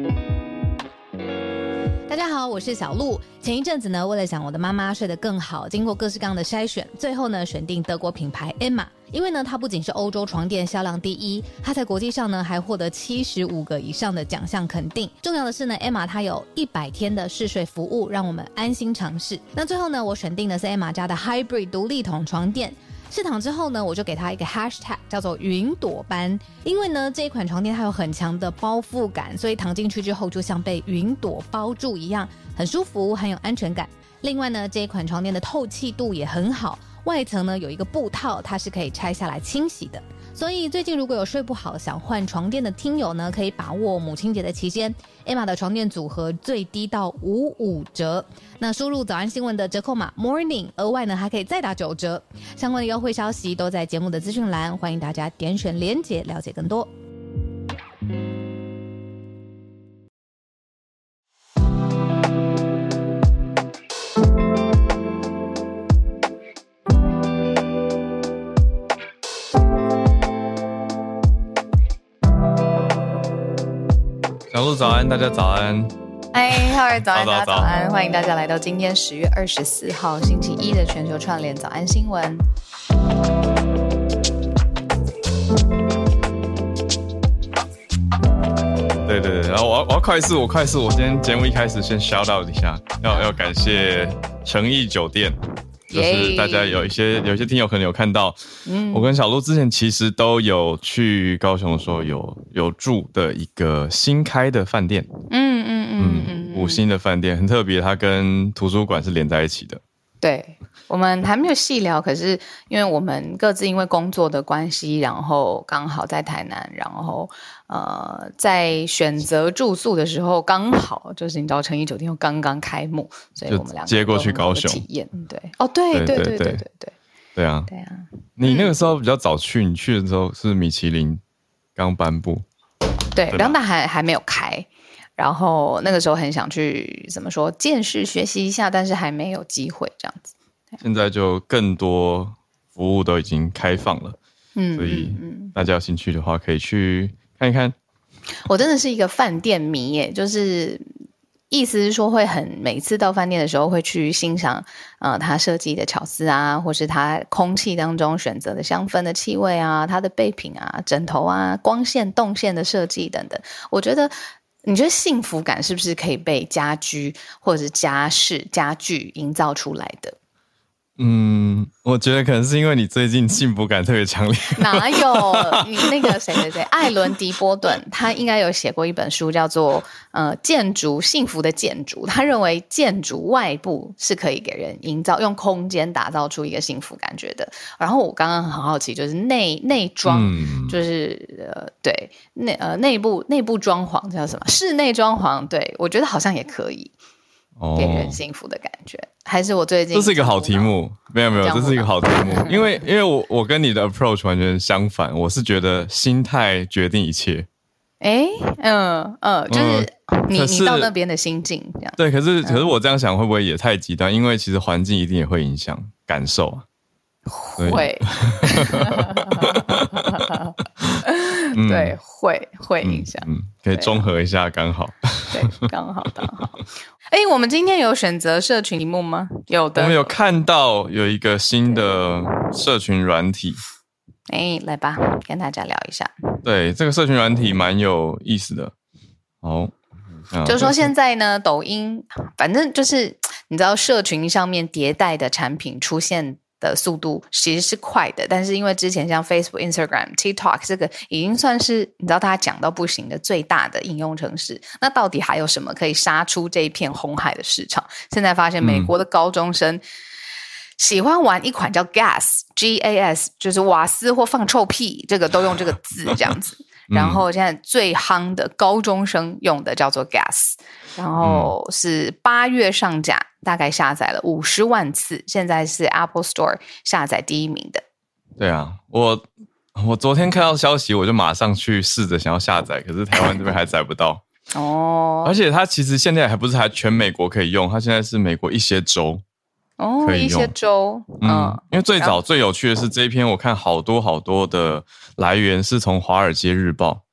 大家好，我是小鹿。前一阵子呢，为了想我的妈妈睡得更好，经过各式各样的筛选，最后呢选定德国品牌 Emma。因为呢，它不仅是欧洲床垫销量第一，它在国际上呢还获得75个以上的奖项肯定。重要的是呢 ，Emma 它有100天的试睡服务，让我们安心尝试。那最后呢，我选定的是 Emma 家的 Hybrid 独立筒床垫。试躺之后呢，我就给它一个 hashtag 叫做云朵般，因为呢这一款床垫它有很强的包覆感，所以躺进去之后就像被云朵包住一样，很舒服，很有安全感。另外呢，这一款床垫的透气度也很好，外层呢有一个布套，它是可以拆下来清洗的。所以最近如果有睡不好想换床垫的听友呢，可以把握母亲节的期间 Emma 的床垫组合最低到55折，那输入早安新闻的折扣码 morning， 额外呢还可以再打9折。相关的优惠消息都在节目的资讯栏，欢迎大家点选连结了解更多。 小鹿早安，大家早安。 嗨，浩儿早安，大家早安，欢迎大家来到今天10月24号星期一的全球串联早安新闻。 对，然后我要快速，我今天节目一开始先 shout out 一下，要感谢诚毅酒店。就是大家有一些听友可能有看到，我跟小鹿之前其实都有去高雄说有住的一个新开的饭店，5星的饭店很特别，它跟图书馆是连在一起的。 对，我们还没有细聊，可是因为我们各自因为工作的关系，然后刚好在台南，然后在选择住宿的时候，刚好就是你知道诚毅酒店又刚刚开幕，所以我们两个接过去高雄体验。对，哦，对， 对啊。你那个时候比较早去，你去的时候是米其林刚颁布， 对，两大还没有开。然后那个时候很想去怎么说见识学习一下，但是还没有机会这样子。 现在就更多服务都已经开放了，所以大家有兴趣的话可以去看一看。 我真的是一个饭店迷耶，就是意思是说会每次到饭店的时候会去欣赏它设计的巧思啊，或是它空气当中选择的香氛的气味啊，它的备品啊，枕头啊，光线动线的设计等等。你觉得幸福感是不是可以被家居或者是家饰家具营造出来的？ 我觉得可能是因为你最近幸福感特别强烈。 哪有？你那个谁，艾伦·迪波顿，他应该有写过一本书，叫做建筑幸福的建筑。他认为建筑外部是可以给人营造，用空间打造出一个幸福感觉的。然后我刚刚很好奇，就是内装，就是对内部装潢叫什么？室内装潢，对我觉得好像也可以。给人幸福的感觉，还是我最近这是一个好题目，没有，这是一个好题目，因为我跟你的 approach 完全相反，我是觉得心态决定一切。 就是你到那边的心境这样。 对，可是我这样想会不会也太极端？因为其实环境一定也会影响感受啊。 会，对，会影响， 可以综合一下，刚好， 对，刚好。我们今天有选择社群题目吗？有的， 我们有看到有一个新的社群软体， 来吧，跟大家聊一下。 对，这个社群软体蛮有意思的。好， 就是说现在呢，抖音反正就是你知道，社群上面迭代的产品出现的速度其实是快的，但是因为之前像 Facebook、Instagram、TikTok 这个已经算是你知道大家讲到不行的最大的应用程式，那到底还有什么可以杀出这一片红海的市场？现在发现美国的高中生喜欢玩一款叫 Gas， 就是瓦斯或放臭屁，这个都用这个字这样子。然后现在最夯的高中生用的叫做 Gas， 然后是8月上架，大概下载了50万次，现在是 Apple Store 下载第1名的。 对啊，我昨天看到消息，我就马上去试着想要下载，可是台湾这边还载不到。而且它其实现在还不是全美国可以用，它现在是美国一些州可以用。 一些州， 因为最早最有趣的是这一篇，我看好多的来源是从《华尔街日报》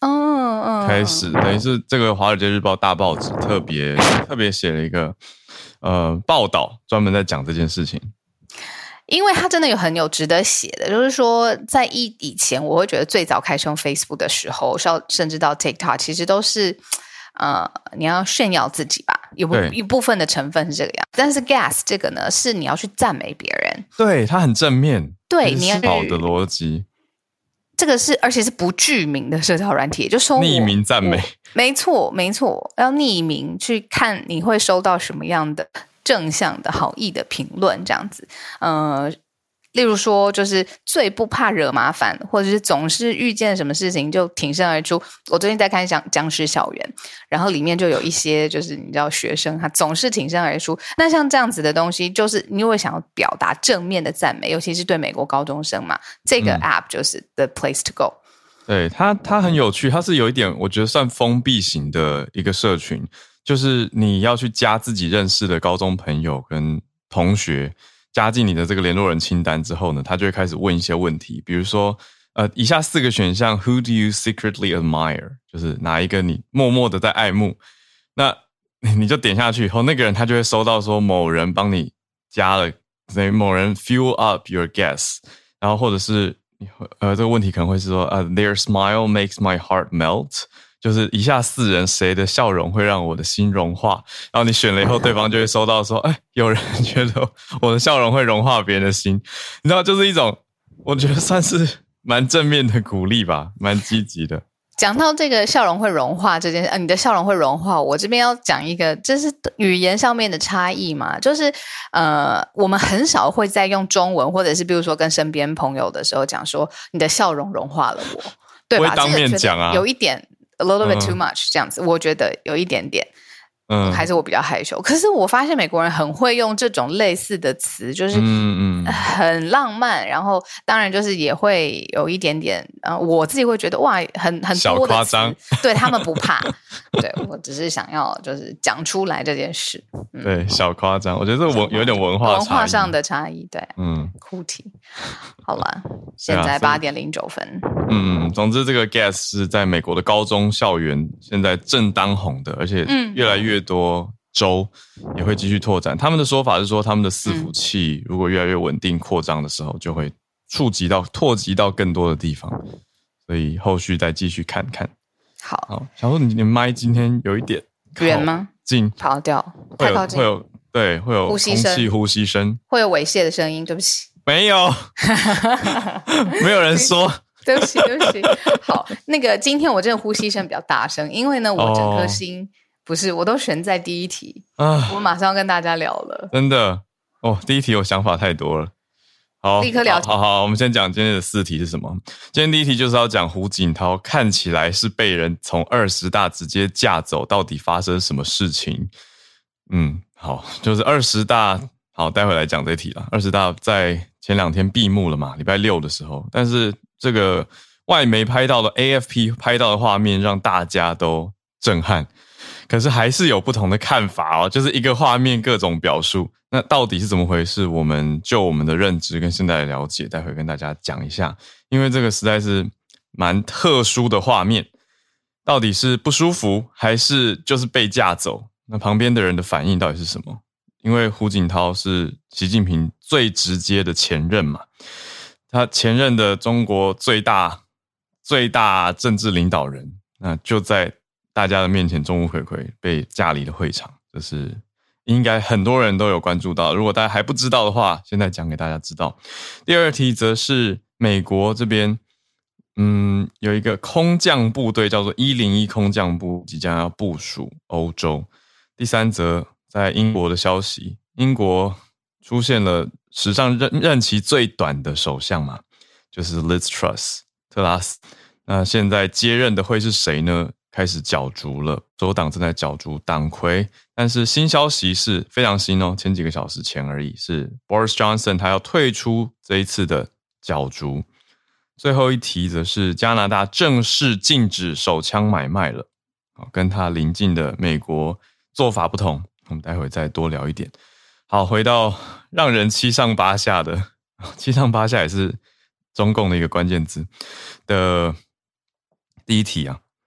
开始，等于是这个《华尔街日报》大报纸特别写了一个报道，专门在讲这件事情。 因为它真的很有值得写的，就是说在以前我会觉得最早开始用 Facebook 的时候，甚至到 TikTok 其实都是你要炫耀自己吧，一部分的成分是这个样，但是 Gas 这个呢是你要去赞美别人，对， 它很正面， 对，你要好的逻辑， 这个是而且是不具名的社交软体，就说匿名赞美， 没错，要匿名去看你会收到什么样的正向的好意的评论这样子，例如说就是最不怕惹麻烦，或者是总是遇见什么事情就挺身而出。我最近在看僵尸校园，然后里面就有一些就是你知道学生他总是挺身而出，那像这样子的东西就是你会想要表达正面的赞美，尤其是对美国高中生嘛，这个 app 就是 the place to go。 对，它很有趣，它是有一点我觉得算封闭型的一个社群，就是你要去加自己认识的高中朋友跟同学，加进你的这个联络人清单之后呢，他就会开始问一些问题，比如说以下4个选项 Who do you secretly admire， 就是哪一个你默默的在爱慕，那你就点下去以后，那个人他就会收到说某人帮你加了，某人 fuel up your guess， 然后或者是这个问题可能会是说their smile makes my heart melt， 就是以下4人谁的笑容会让我的心融化，然后你选了以后，对方就会收到说有人觉得我的笑容会融化别人的心，你知道就是一种我觉得算是蛮正面的鼓励吧，蛮积极的。 讲到这个笑容会融化这件事，你的笑容会融化，我这边要讲一个，这是语言上面的差异嘛，就是我们很少会在用中文，或者是比如说跟身边朋友的时候讲说你的笑容融化了我，对吧？ 不会当面讲啊， 有一点 a little bit too much 这样子，我觉得有一点点。还是我比较害羞，可是我发现美国人很会用这种类似的词，就是很浪漫，然后当然就是也会有一点点我自己会觉得哇很多的小夸张， 对，他们不怕对，我只是想要就是讲出来这件事， 对，小夸张，我觉得这有一点文化上的差异，对，酷题。好了，现在8:09分。 总之这个 Gas 是在美国的高中校园现在正当红的，而且越来越多州也会继续拓展。他们的说法是说，他们的伺服器如果越来越稳定扩张的时候，就会拓及到更多的地方，所以后续再继续看看。好，小鹿，你的麦今天有一点远吗？ 近， 跑掉，太靠近，会有空气呼吸声， 会有猥亵的声音。对不起， 没有，没有人说。 对不起。好，那个今天我真的呼吸声比较大声，因为呢，我整颗心不是，我都悬在第一题我马上要跟大家聊了。 真的第一题我想法太多了。好， 立刻聊。 好，我们先讲今天的4题是什么。今天第一题就是要讲胡锦涛看起来是被人从20大直接架走，到底发生什么事情？好，就是20大，好，待会来讲这题啦。20大在前2天闭幕了嘛，礼拜6的时候，但是这个外媒拍到的 AFP 拍到的画面让大家都震撼，可是还是有不同的看法就是一个画面各种表述，那到底是怎么回事？我们的认知跟现在的了解，待会跟大家讲一下，因为这个实在是蛮特殊的画面，到底是不舒服还是就是被架走？那旁边的人的反应到底是什么？因为胡锦涛是习近平最直接的前任嘛，他前任的中国最大政治领导人，那就在大家的面前众目睽睽被架离了会场，这是应该很多人都有关注到，如果大家还不知道的话，现在讲给大家知道。第2题则是美国这边有一个空降部队叫做101空降部即将要部署欧洲。第3则在英国的消息，英国出现了史上任期最短的首相嘛，就是 Liz Truss 特拉斯。那现在接任的会是谁呢？开始角逐了，左党正在角逐党魁，但是新消息是非常新前几个小时前而已，是 Boris Johnson 他要退出这一次的角逐。最后一题则是加拿大正式禁止手枪买卖了，跟他邻近的美国做法不同，我们待会再多聊一点。好，回到让人七上八下的，七上八下也是中共的一个关键字的第一题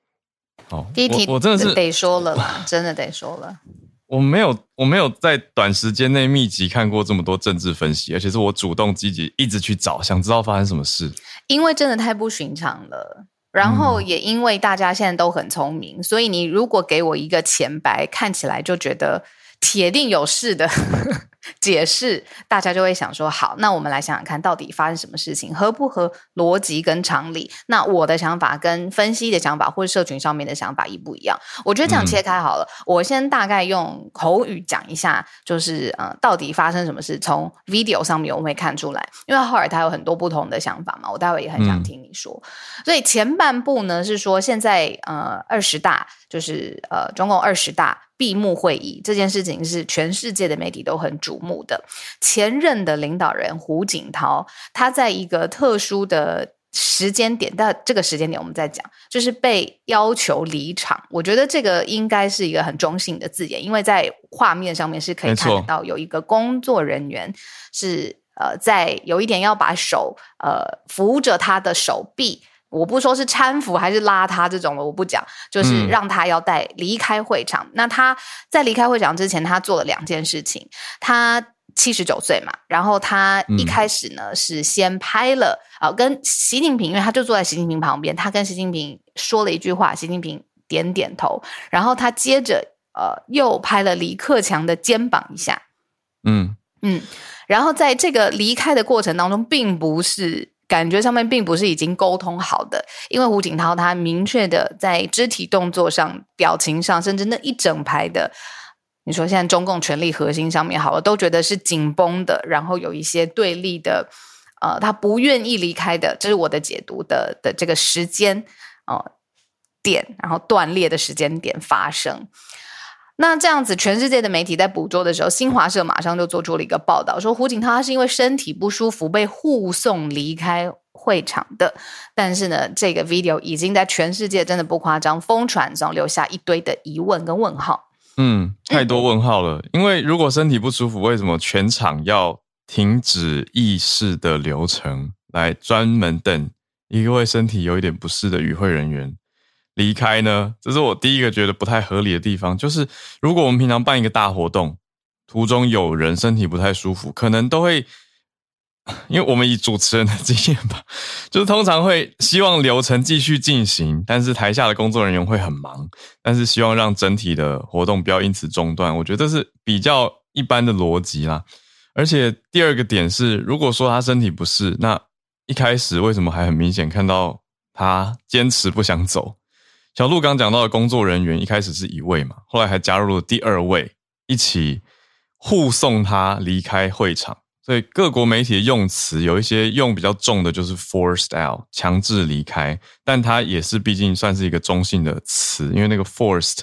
第一题我真的是得说了啦，真的得说了。 我没有在短时间内密集看过这么多政治分析，而且是我主动积极一直去找，想知道发生什么事。 因为真的太不寻常了，然后也因为大家现在都很聪明，所以你如果给我一个浅白，看起来就觉得铁定有事的解释，大家就会想说好，那我们来想想看到底发生什么事情，合不合逻辑跟常理，那我的想法跟分析的想法或者社群上面的想法一不一样。我觉得这样切开好了，我先大概用口语讲一下，就是到底发生什么事，从 video 上面我们会看出来，因为浩尔他有很多不同的想法嘛，我待会也很想听你说。所以前半部呢是说现在20大就是中共20大闭幕会议这件事情是全世界的媒体都很瞩目的。前任的领导人胡锦涛，他在一个特殊的时间点，但这个时间点我们在讲，就是被要求离场。我觉得这个应该是一个很中性的字眼，因为在画面上面是可以看得到有一个工作人员是在有一点要把手扶着他的手臂。我不说是搀扶还是拉他这种的，我不讲，就是让他要带离开会场。那他在离开会场之前，他做了2件事情。他79岁嘛，然后他一开始呢是先拍了跟习近平，因为他就坐在习近平旁边，他跟习近平说了一句话，习近平点点头，然后他接着又拍了李克强的肩膀一下，然后在这个离开的过程当中，并不是。感觉上面并不是已经沟通好的，因为胡锦涛他明确的在肢体动作上、表情上，甚至那一整排的，你说现在中共权力核心上面好了，都觉得是紧绷的，然后有一些对立的，他不愿意离开的，这是我的解读的这个时间点，然后断裂的时间点发生。那这样子全世界的媒体在捕捉的时候，新华社马上就做出了一个报道，说胡锦涛他是因为身体不舒服被护送离开会场的。但是呢，这个 video 已经在全世界真的不夸张疯传上留下一堆的疑问跟问号。 太多问号了。因为如果身体不舒服，为什么全场要停止议事的流程，来专门等一位身体有一点不适的与会人员离开呢？这是我第一个觉得不太合理的地方，就是如果我们平常办一个大活动，途中有人身体不太舒服，可能都会，因为我们以主持人的经验吧，就是通常会希望流程继续进行，但是台下的工作人员会很忙，但是希望让整体的活动不要因此中断，我觉得这是比较一般的逻辑啦。而且第二个点是，如果说他身体不适，那一开始为什么还很明显看到他坚持不想走？小鹿刚讲到的工作人员一开始是1位嘛，后来还加入了第2位，一起护送他离开会场。所以各国媒体的用词有一些用比较重的，就是 forced out 强制离开，但它也是毕竟算是一个中性的词，因为那个 forced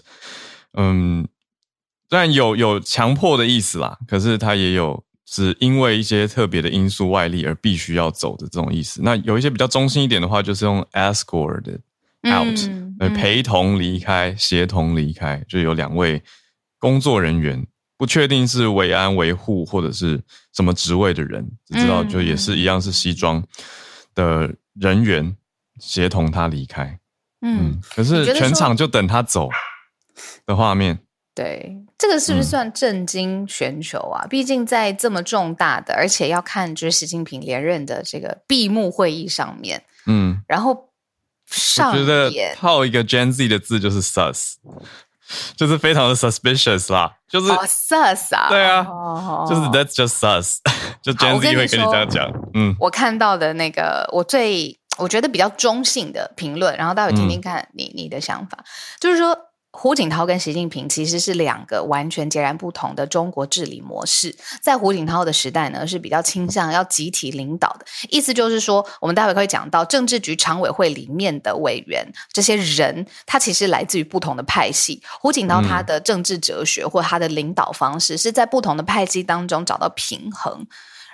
虽然有强迫的意思啦，可是它也有是因为一些特别的因素外力而必须要走的这种意思。那有一些比较中性一点的话，就是用 escort out 陪同离开、协同离开，就有2位工作人员，不确定是维安维护或者是什么职位的人，只知道就也是一样是西装的人员协同他离开。可是全场就等他走的画面。 对，这个是不是算震惊全球啊？毕竟在这么重大的，而且要看就是习近平连任的这个闭幕会议上面，然后上演， 我觉得套一个 Gen Z 的字就是 sus， 就是非常的 suspicious 啦，就是 sus 啊， 对啊，就是 that's just sus， 就 Gen Z 会跟你这样讲。 我看到的那个我觉得比较中性的评论，然后待会听听看你的想法，就是说胡锦涛跟习近平其实是2个完全截然不同的中国治理模式。在胡锦涛的时代呢，是比较倾向要集体领导的，意思就是说我们待会会讲到政治局常委会里面的委员，这些人他其实来自于不同的派系。胡锦涛他的政治哲学或他的领导方式是在不同的派系当中找到平衡，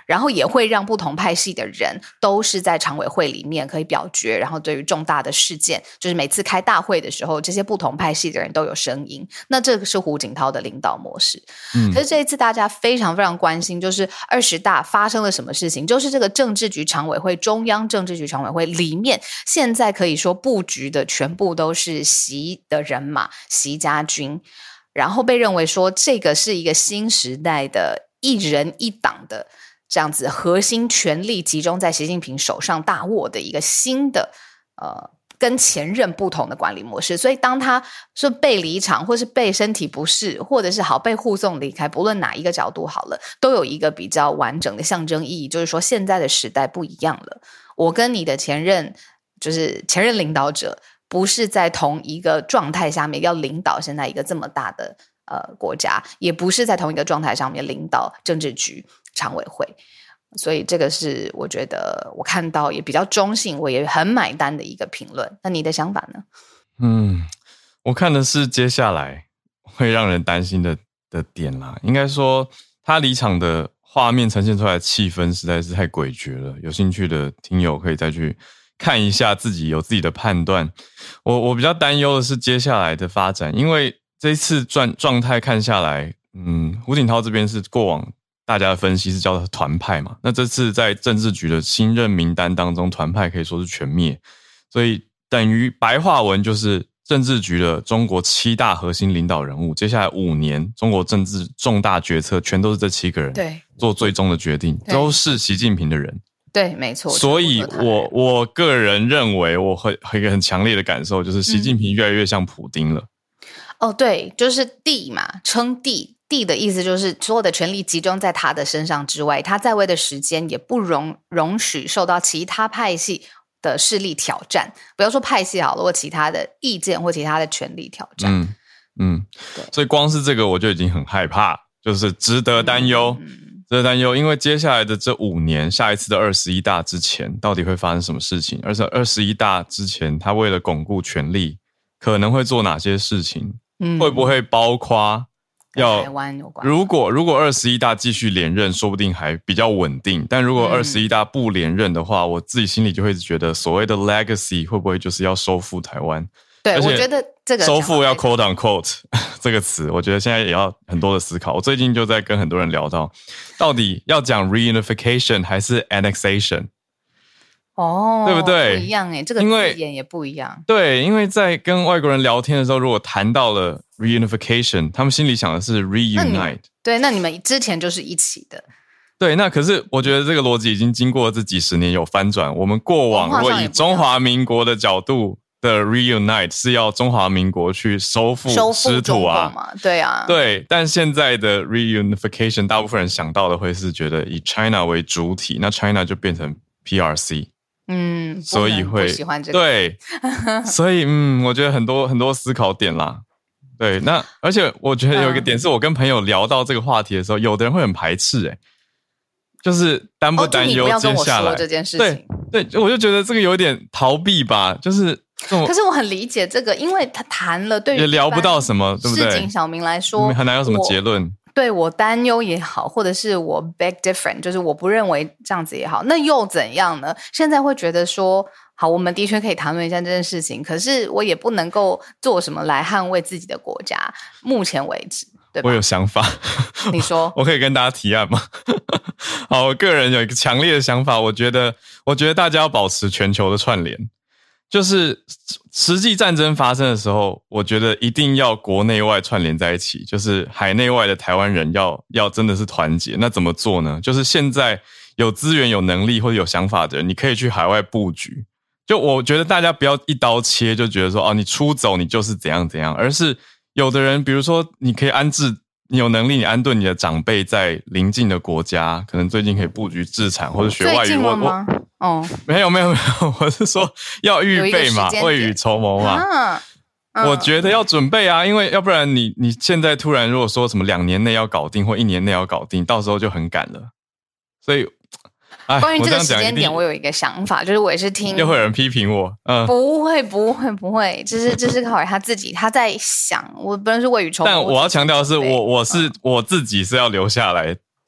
然后也会让不同派系的人都是在常委会里面可以表决，然后对于重大的事件，就是每次开大会的时候，这些不同派系的人都有声音。那这个是胡锦涛的领导模式。可是这一次大家非常非常关心，就是20大发生了什么事情，就是这个政治局常委会，中央政治局常委会里面，现在可以说布局的全部都是习的人马，习家军，然后被认为说这个是一个新时代的一人一党的这样子核心权力集中在习近平手上大握的一个新的跟前任不同的管理模式。所以当他是被离场，或是被身体不适，或者是好被护送离开，不论哪一个角度好了，都有一个比较完整的象征意义，就是说现在的时代不一样了，我跟你的前任就是前任领导者不是在同一个状态下面要领导现在一个这么大的国家，也不是在同一个状态上面领导政治局常委会。所以这个是我觉得我看到也比较中性，我也很买单的一个评论。那你的想法呢？ 我看的是接下来会让人担心的点啦。应该说他离场的画面呈现出来的气氛实在是太诡谲了，有兴趣的听友可以再去看一下，自己有自己的判断。我比较担忧的是接下来的发展，因为这一次状态看下来，胡锦涛这边是过往大家的分析是叫做团派嘛，那这次在政治局的新任名单当中，团派可以说是全灭，所以等于白话文就是政治局的中国7大核心领导人物，接下来5年中国政治重大决策全都是这7个人做最终的决定，都是习近平的人。 对，没错。 所以我个人认为，我会有一个很强烈的感受，就是习近平越来越像普丁了。 对，就是帝嘛，称帝。帝的意思就是所有的权力集中在他的身上之外，他在位的时间也不容许受到其他派系的势力挑战。不要说派系好了，或其他的意见或其他的权力挑战。 所以光是这个我就已经很害怕，就是值得担忧。值得担忧，因为接下来的这5年，下一次的21大之前，到底会发生什么事情？而且21大之前，他为了巩固权力，可能会做哪些事情？会不会包括要台湾有关？ 如果21大继续连任，说不定还比较稳定。但如果21大不连任的话，我自己心里就会觉得，所谓的 legacy 会不会就是要收复台湾？ 对，我觉得这个收复要 quote unquote 这个词，我觉得现在也要很多的思考。我最近就在跟很多人聊到底要讲 reunification 还是 annexation。对不对？ 不一样这个字眼也不一样。 对，因为在跟外国人聊天的时候，如果谈到了 reunification， 他们心里想的是 reunite。 对，那你们之前就是一起的。 对，那可是我觉得这个逻辑已经经过这几十年有翻转。我们过往如果以中华民国的角度的 reunite 是要中华民国去收复失土啊， 对啊， 对。但现在的 reunification， 大部分人想到的会是觉得以 China 为主体，那 China 就变成 PRC。所以会不喜欢这个。 对，所以我觉得很多思考点啦。对，那而且我觉得有一个点是我跟朋友聊到这个话题的时候，有的人会很排斥就是担不担忧接下来这件事情。 对，我就觉得这个有点逃避吧，就是可是我很理解这个，因为他谈了对于也聊不到什么，对不对？ 市井小民来说很难有什么结论。 对，我担忧也好，或者是我 beg different， 就是我不认为这样子也好，那又怎样呢？现在会觉得说，好，我们的确可以谈论一下这件事情，可是我也不能够做什么来捍卫自己的国家。目前为止，对吧？ 我有想法， 你说， 我可以跟大家提案吗？好，我个人有一个强烈的想法，我觉得大家要保持全球的串联。就是实际战争发生的时候，我觉得一定要国内外串联在一起，就是海内外的台湾人要真的是团结。那怎么做呢？就是现在有资源、有能力或者有想法的人，你可以去海外布局。就我觉得大家不要一刀切，就觉得说你出走你就是怎样怎样，而是有的人，比如说你可以安置，你有能力你安顿你的长辈在邻近的国家，可能最近可以布局置产或者学外语。没有，我是说要预备嘛，未雨绸缪嘛。我觉得要准备啊，因为要不然你现在突然如果说什么2年内要搞定或1年内要搞定，到时候就很赶了。所以关于这个时间点，我有一个想法，就是我也是听， 又会有人批评我。 不会，这是考虑他自己，他在想，我不能是未雨绸缪。 但我要强调的是，我自己是要留下来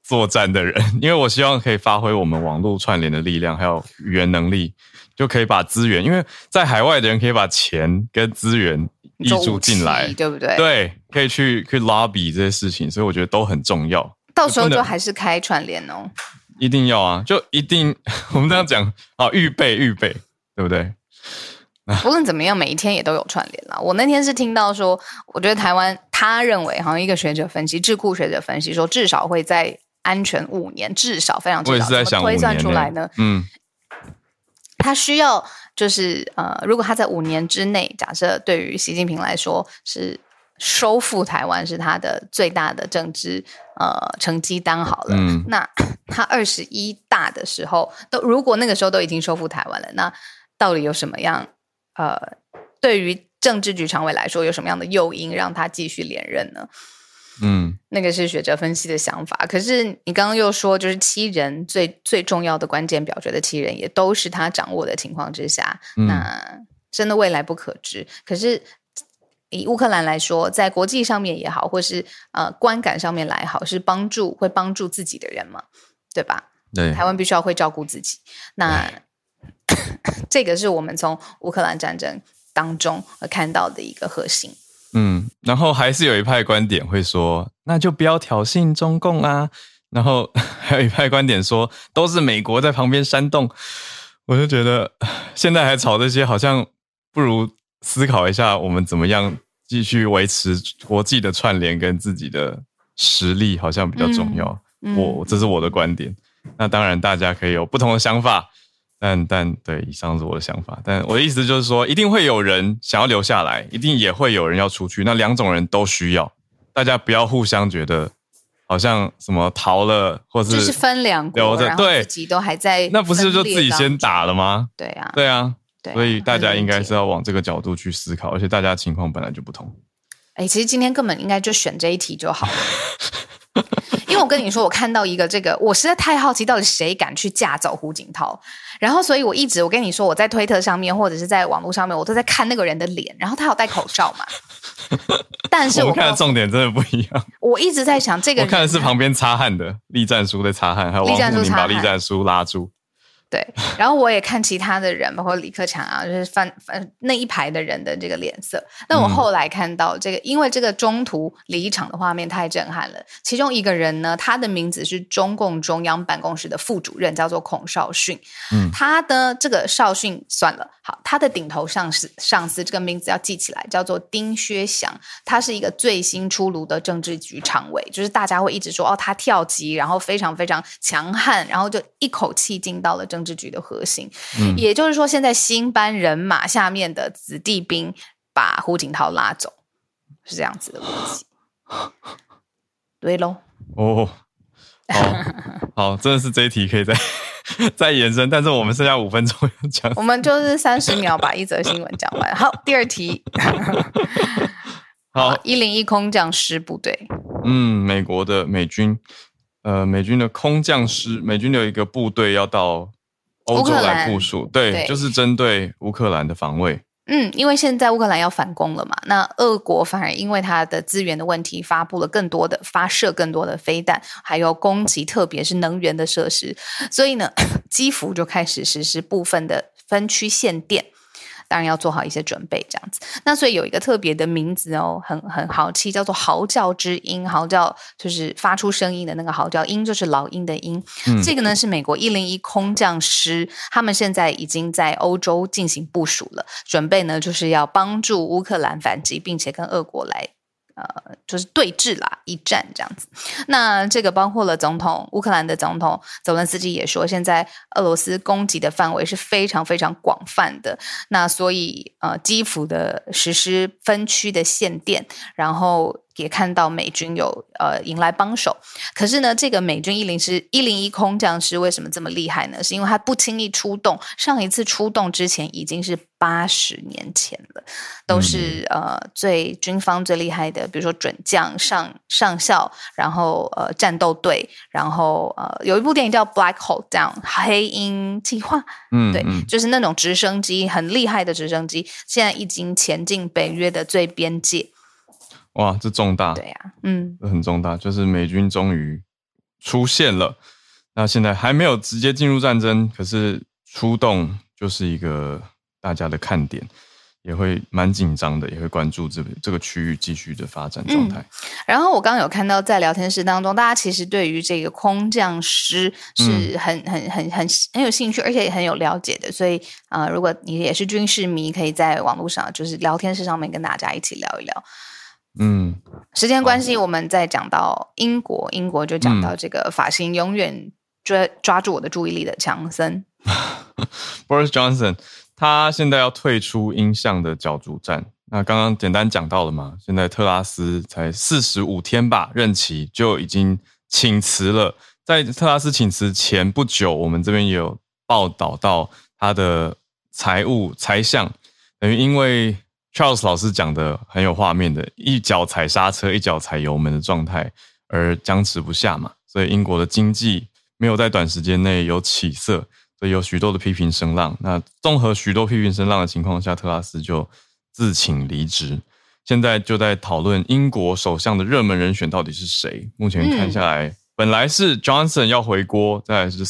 作战的人，因为我希望可以发挥我们网络串联的力量，还有语言能力，就可以把资源，因为在海外的人可以把钱跟资源挹注进来， 对不对？ 对，可以去 lobby 这些事情，所以我觉得都很重要。 到时候就还是开串联哦， 一定要啊，就一定我们这样讲啊，预备，对不对？ 不论怎么样，每一天也都有串联啦。我那天是听到说，我觉得台湾他认为好像一个学者分析，智库学者分析说，至少会在安全5年，至少非常至少， 我也是在想推算出来呢。他需要就是如果他在5年之内，假设对于习近平来说是收复台湾是他的最大的政治成绩单好了，那他21大的时候，如果那个时候都已经收复台湾了，那到底有什么样对于政治局常委来说有什么样的诱因让他继续连任呢？那个是学者分析的想法。可是你刚刚又说，就是7人最重要的关键表决的7人也都是他掌握的情况之下，那真的未来不可知。可是以乌克兰来说，在国际上面也好，或是观感上面来好，是会帮助自己的人嘛，对吧？ 对， 台湾必须要会照顾自己。那这个是我们从乌克兰战争当中看到的一个核心。 然后还是有一派观点会说，那就不要挑衅中共啊。然后还有一派观点说，都是美国在旁边煽动。我就觉得现在还吵这些，好像不如思考一下，我们怎么样继续维持国际的串联跟自己的实力，好像比较重要。这是我的观点。那当然大家可以有不同的想法，但对，以上是我的想法。但我的意思就是说，一定会有人想要留下来，一定也会有人要出去。那2种人都需要，大家不要互相觉得好像什么逃了，或是就是分2国，然后自己都还在， 那不是就自己先打了吗？ 对啊， 对啊，所以大家应该是要往这个角度去思考，而且大家情况本来就不同。 其实今天根本应该就选这一题就好了。因为我跟你说，我看到一个我实在太好奇，到底谁敢去架走胡锦涛？然后，所以我跟你说，我在推特上面或者是在网络上面，我都在看那个人的脸，然后他有戴口罩嘛？但是我们看的重点真的不一样。 我一直在想，这个人我看的是旁边擦汗的栗战书在擦汗，还有王沪宁把栗战书拉住。 对，然后我也看其他的人，包括李克强啊，就是翻那一排的人的这个脸色。但我后来看到这个，因为这个中途离场的画面太震撼了。其中一个人呢，他的名字是中共中央办公室的副主任，叫做孔绍训。他的这个绍训算了，好，他的顶头上司这个名字要记起来，叫做丁薛祥。他是一个最新出炉的政治局常委，就是大家会一直说他跳级，然后非常非常强悍，然后就一口气进到了政治局的核心。也就是说，现在新班人马下面的子弟兵把胡锦涛拉走，是这样子的逻辑。对咯。 好，真的是这一题可以再延伸，但是我们剩下5分钟要讲， 我们就是30秒把一则新闻讲完。好，第2题。好，101空降师部队。 美国的美军的空降师，美军有一个部队要到欧洲来部署，对，就是针对乌克兰的防卫。 因为现在乌克兰要反攻了嘛，那俄国反而因为它的资源的问题，发射更多的飞弹，还有攻击特别是能源的设施，所以呢，基辅就开始实施部分的分区限电。当然要做好一些准备，这样子。那所以有一个特别的名字哦，很豪气，叫做嚎叫之鹰。嚎叫就是发出声音的那个嚎叫，鹰就是老鹰的鹰。这个呢是美国101空降师，他们现在已经在欧洲进行部署了，准备呢就是要帮助乌克兰反击，并且跟俄国来就是对峙啦，一战这样子。那这个包括了乌克兰的总统泽伦斯基也说，现在俄罗斯攻击的范围是非常非常广泛的。那所以基辅的实施分区的限电，然后也看到美军有迎来帮手。可是呢，这个美军101空降师为什么这么厉害呢？是因为他不轻易出动，上一次出动之前已经是80年前了，都是军方最厉害的，比如说准将、上校，然后战斗队，然后有一部电影叫 Black Hole Down 黑鹰计划，对，就是那种直升机，很厉害的直升机，现在已经前进北约的最边界。 哇，这重大， 对啊， 这很重大，就是美军终于出现了。那现在还没有直接进入战争，可是出动就是一个大家的看点，也会蛮紧张的，也会关注这个区域继续的发展状态。 然后我刚刚有看到在聊天室当中，大家其实对于这个空降师是很有兴趣，而且也很有了解的。所以如果你也是军事迷，可以在网络上就是聊天室上面跟大家一起聊一聊。时间关系，我们再讲到英国就讲到这个发型永远抓住我的注意力的强森 Boris Johnson。他现在要退出英象的角逐战，那刚刚简单讲到了嘛，现在特拉斯才45天吧，任期就已经请辞了。在特拉斯请辞前不久，我们这边也有报道到他的财相，等于因为 Charles 老师讲的很有画面的，一脚踩刹车一脚踩油门的状态而僵持不下嘛，所以英国的经济没有在短时间内有起色，所以有许多的批评声浪。那综合许多批评声浪的情况下，特拉斯就自请离职。现在就在讨论英国首相的热门人选到底是谁。目前看下来，本来是 Johnson 要回国，再来是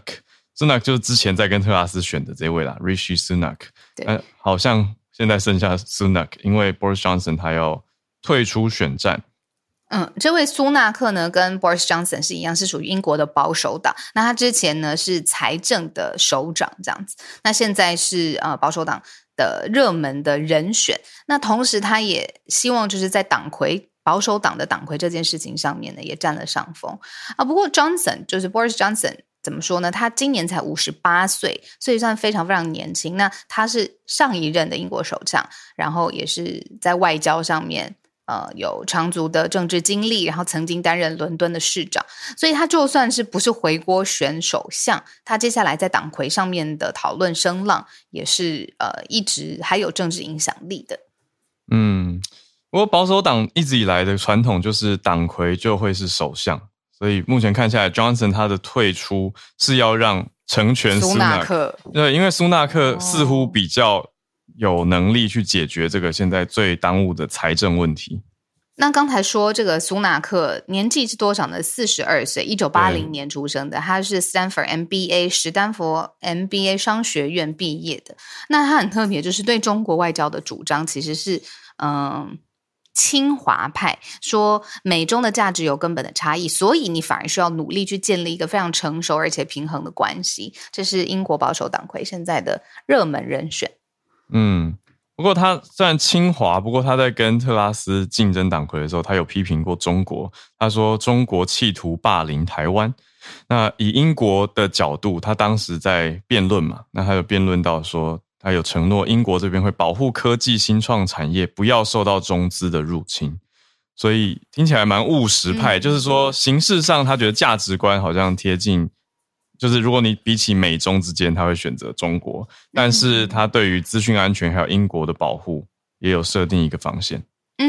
Sunak 就是之前在跟特拉斯选的这位啦 Rishi Sunak。好像现在剩下 Sunak， 因为 Boris Johnson 他要退出选战。 这位苏纳克呢跟 Boris Johnson 是一样，是属于英国的保守党。那他之前呢是财政的首长这样子，那现在是保守党的热门的人选。那同时他也希望就是在保守党的党魁这件事情上面呢也占了上风不过 Johnson 就是 Boris Johnson 怎么说呢，他今年才58岁，所以算非常非常年轻。那他是上一任的英国首相，然后也是在外交上面有长足的政治经历，然后曾经担任伦敦的市长，所以他就算是不是回国选首相，他接下来在党魁上面的讨论声浪也是一直还有政治影响力的。 不过保守党一直以来的传统就是党魁就会是首相，所以目前看下来 Johnson 他的退出是要让成全苏纳克。对，因为苏纳克似乎比较有能力去解决这个现在最当务的财政问题。 那刚才说这个苏纳克年纪是多少呢？42岁，1980年出生的，他是史丹佛 MBA 商学院毕业的。那他很特别，就是对中国外交的主张其实是亲华派，说美中的价值有根本的差异，所以你反而需要努力去建立一个非常成熟而且平衡的关系。这是英国保守党魁现在的热门人选。 不过他虽然亲华，不过他在跟特拉斯竞争党魁的时候，他有批评过中国。他说中国企图霸凌台湾。那以英国的角度，他当时在辩论嘛，那他有辩论到说，他有承诺英国这边会保护科技新创产业，不要受到中资的入侵。所以听起来蛮务实派，就是说形式上他觉得价值观好像贴近，就是如果你比起美中之间，他会选择中国，但是他对于资讯安全还有英国的保护也有设定一个防线。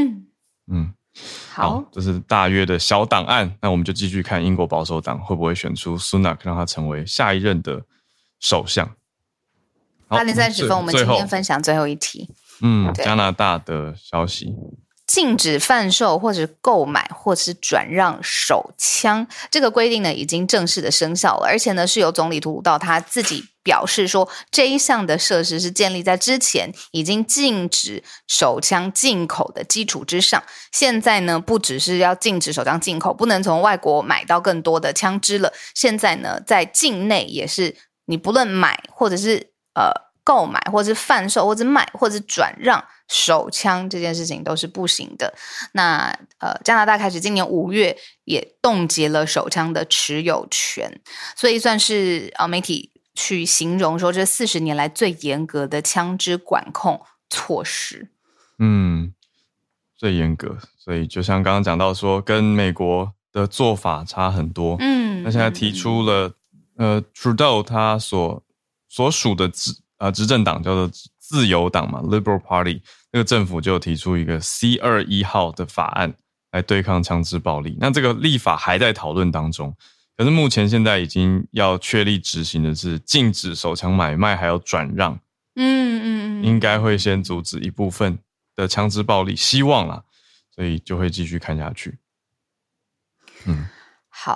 好，这是大约的小档案。那我们就继续看英国保守党会不会选出 Sunak 让他成为下一任的首相。 8点30分，我们今天分享最后一题。 加拿大的消息。 禁止贩售或者购买或是转让手枪，这个规定呢已经正式的生效了，而且呢是由总理杜鲁道他自己表示说，这一项的设施是建立在之前已经禁止手枪进口的基础之上。现在呢不只是要禁止手枪进口，不能从外国买到更多的枪支了，现在呢在境内也是你不论买或者是购买或者是贩售或者卖或者是转让手枪这件事情都是不行的。那加拿大开始今年5月也冻结了手枪的持有权，所以算是媒体去形容说这40年来最严格的枪支管控措施。 最严格，所以就像刚刚讲到说跟美国的做法差很多。那现在提出了Trudeau 他所属的执政党叫做自由党嘛 Liberal Party， 那个政府就提出一个 C21 号的法案来对抗枪支暴力。那这个立法还在讨论当中，可是目前现在已经要确立执行的是禁止手枪买卖还有转让。应该会先阻止一部分的枪支暴力，希望啦，所以就会继续看下去。 好，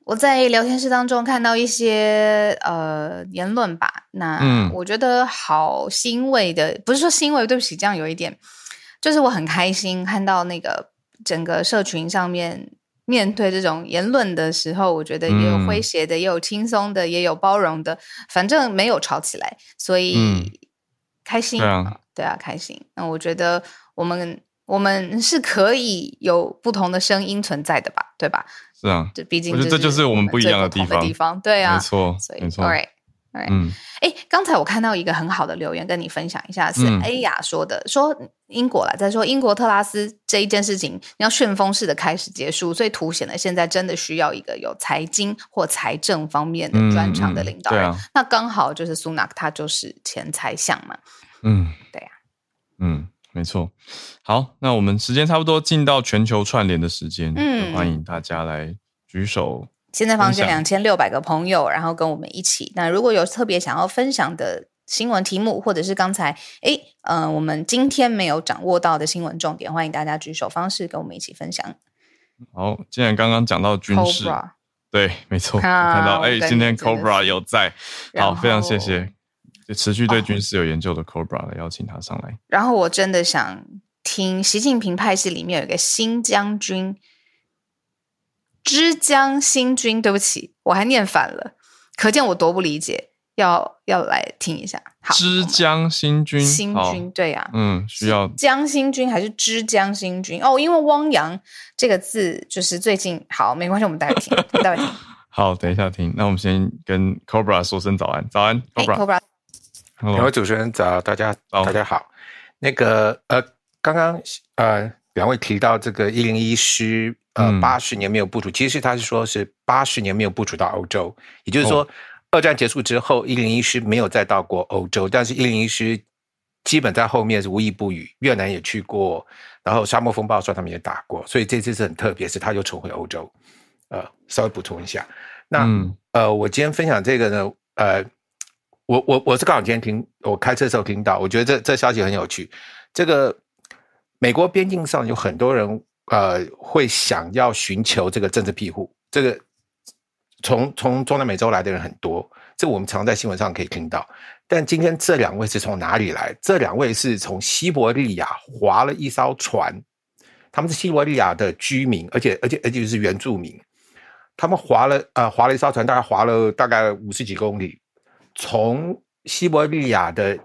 我在聊天室当中看到一些言论吧，那我觉得好欣慰的，不是说欣慰，对不起，这样有一点，就是我很开心看到那个整个社群上面面对这种言论的时候，我觉得也有诙谐的，也有轻松的，也有包容的，反正没有吵起来，所以开心，对啊，开心。那我觉得我们是可以有不同的声音存在的吧，对吧？ 是啊， 毕竟我觉得这就是我们不一样的地方。 对啊， 没错， 没错。All right。刚才我看到一个很好的留言，跟你分享一下，是 A 雅说的，说英国在说英国特拉斯这一件事情，你要旋风式的开始结束，所以凸显了现在真的需要一个有财经或财政方面的专长的领导人。那刚好就是苏纳克，他就是前财相嘛。对啊， 没错。好，那我们时间差不多进到全球串联的时间，欢迎大家来举手。 现在房间2600个朋友，然后跟我们一起。那如果有特别想要分享的新闻题目，或者是刚才我们今天没有掌握到的新闻重点，欢迎大家举手方式跟我们一起分享。 好，既然刚刚讲到军事，对，没错，看到今天 Cobra 有在，好，非常谢谢。持续对军事有研究的 Cobra 来邀请他上来。 然后我真的想听习近平派系里面有一个新将军，之江新军，对不起，我还念反了，可见我多不理解，要来听一下。好， 之江新军， 新军，对呀， 需要江新军还是之江新军？因为汪洋这个字就是最近好，没关系，我们待会听，待会听。 好，等一下听。那我们先跟 Cobra 说声早安，早安 ，Cobra。 两位主持人早，大家好。那个刚刚两位提到这个101师80年没有部署，其实他是说是80年没有部署到欧洲，也就是说二战结束之后101师没有再到过欧洲，但是101师基本在后面是无一不语，越南也去过，然后沙漠风暴的时候他们也打过，所以这次是很特别，是他又重回欧洲。稍微补充一下，那我今天分享这个呢，我是刚好今天我开车的时候听到，我觉得这消息很有趣。这个美国边境上有很多人会想要寻求这个政治庇护，这个从中南美洲来的人很多，这我们常在新闻上可以听到。但今天这两位是从哪里来？这两位是从西伯利亚划了一艘船，他们是西伯利亚的居民，而且是原住民。他们划了一艘船，大概划了大概50几公里。从西伯利亚的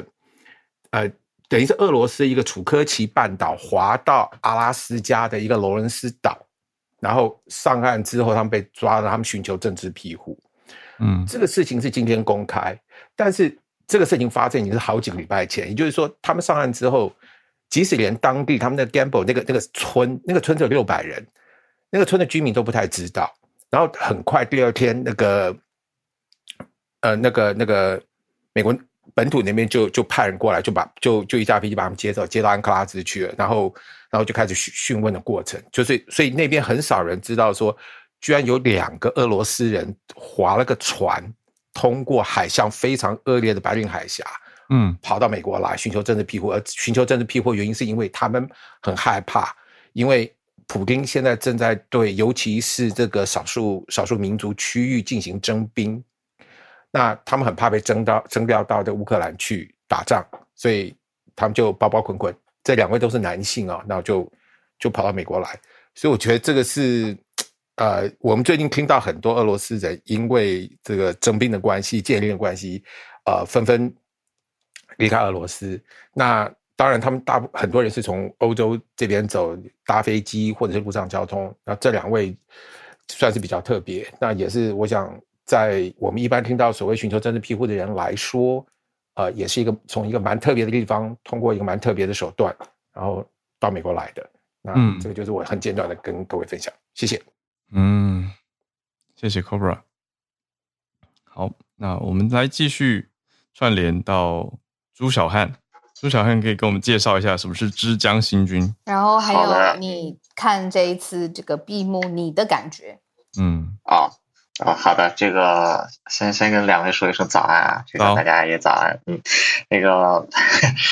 等于是俄罗斯一个楚科奇半岛滑到阿拉斯加的一个罗伦斯岛，然后上岸之后他们被抓了，他们寻求政治庇护。这个事情是今天公开，但是这个事情发生已经是好几个礼拜前，也就是说他们上岸之后，即使连当地他们的 Gamble 那个村只有600人，那个村的居民都不太知道，然后很快第二天那个美国本土那边就派人过来，就一架飞机把他们接到安克拉兹去了，然后就开始讯问的过程，所以那边很少人知道说，居然有2个俄罗斯人划了个船，通过海象非常恶劣的白令海峡，跑到美国来寻求政治庇护，而寻求政治庇护原因是因为他们很害怕，因为普丁现在正在对尤其是这个少数民族区域进行征兵。那他们很怕被征调到这乌克兰去打仗，所以他们就包包捆捆。这2位都是男性啊，那就跑到美国来。所以我觉得这个是我们最近听到很多俄罗斯人因为这个征兵的关系、建立的关系，纷纷离开俄罗斯。那当然，他们很多人是从欧洲这边走，搭飞机或者是陆上交通。那这2位算是比较特别，那也是我想。在我们一般听到所谓寻求政治庇护的人来说，也是从一个蛮特别的地方，通过一个蛮特别的手段，然后到美国来的。那这个就是我很简短的跟各位分享，谢谢。 谢谢 Cobra。好，那我们来继续串联到朱小汉。朱小汉可以跟我们介绍一下什么是之江新军， 然后还有你看这一次这个闭幕你的感觉。 好的，这个先跟2位说一声早安啊，这个大家也早安。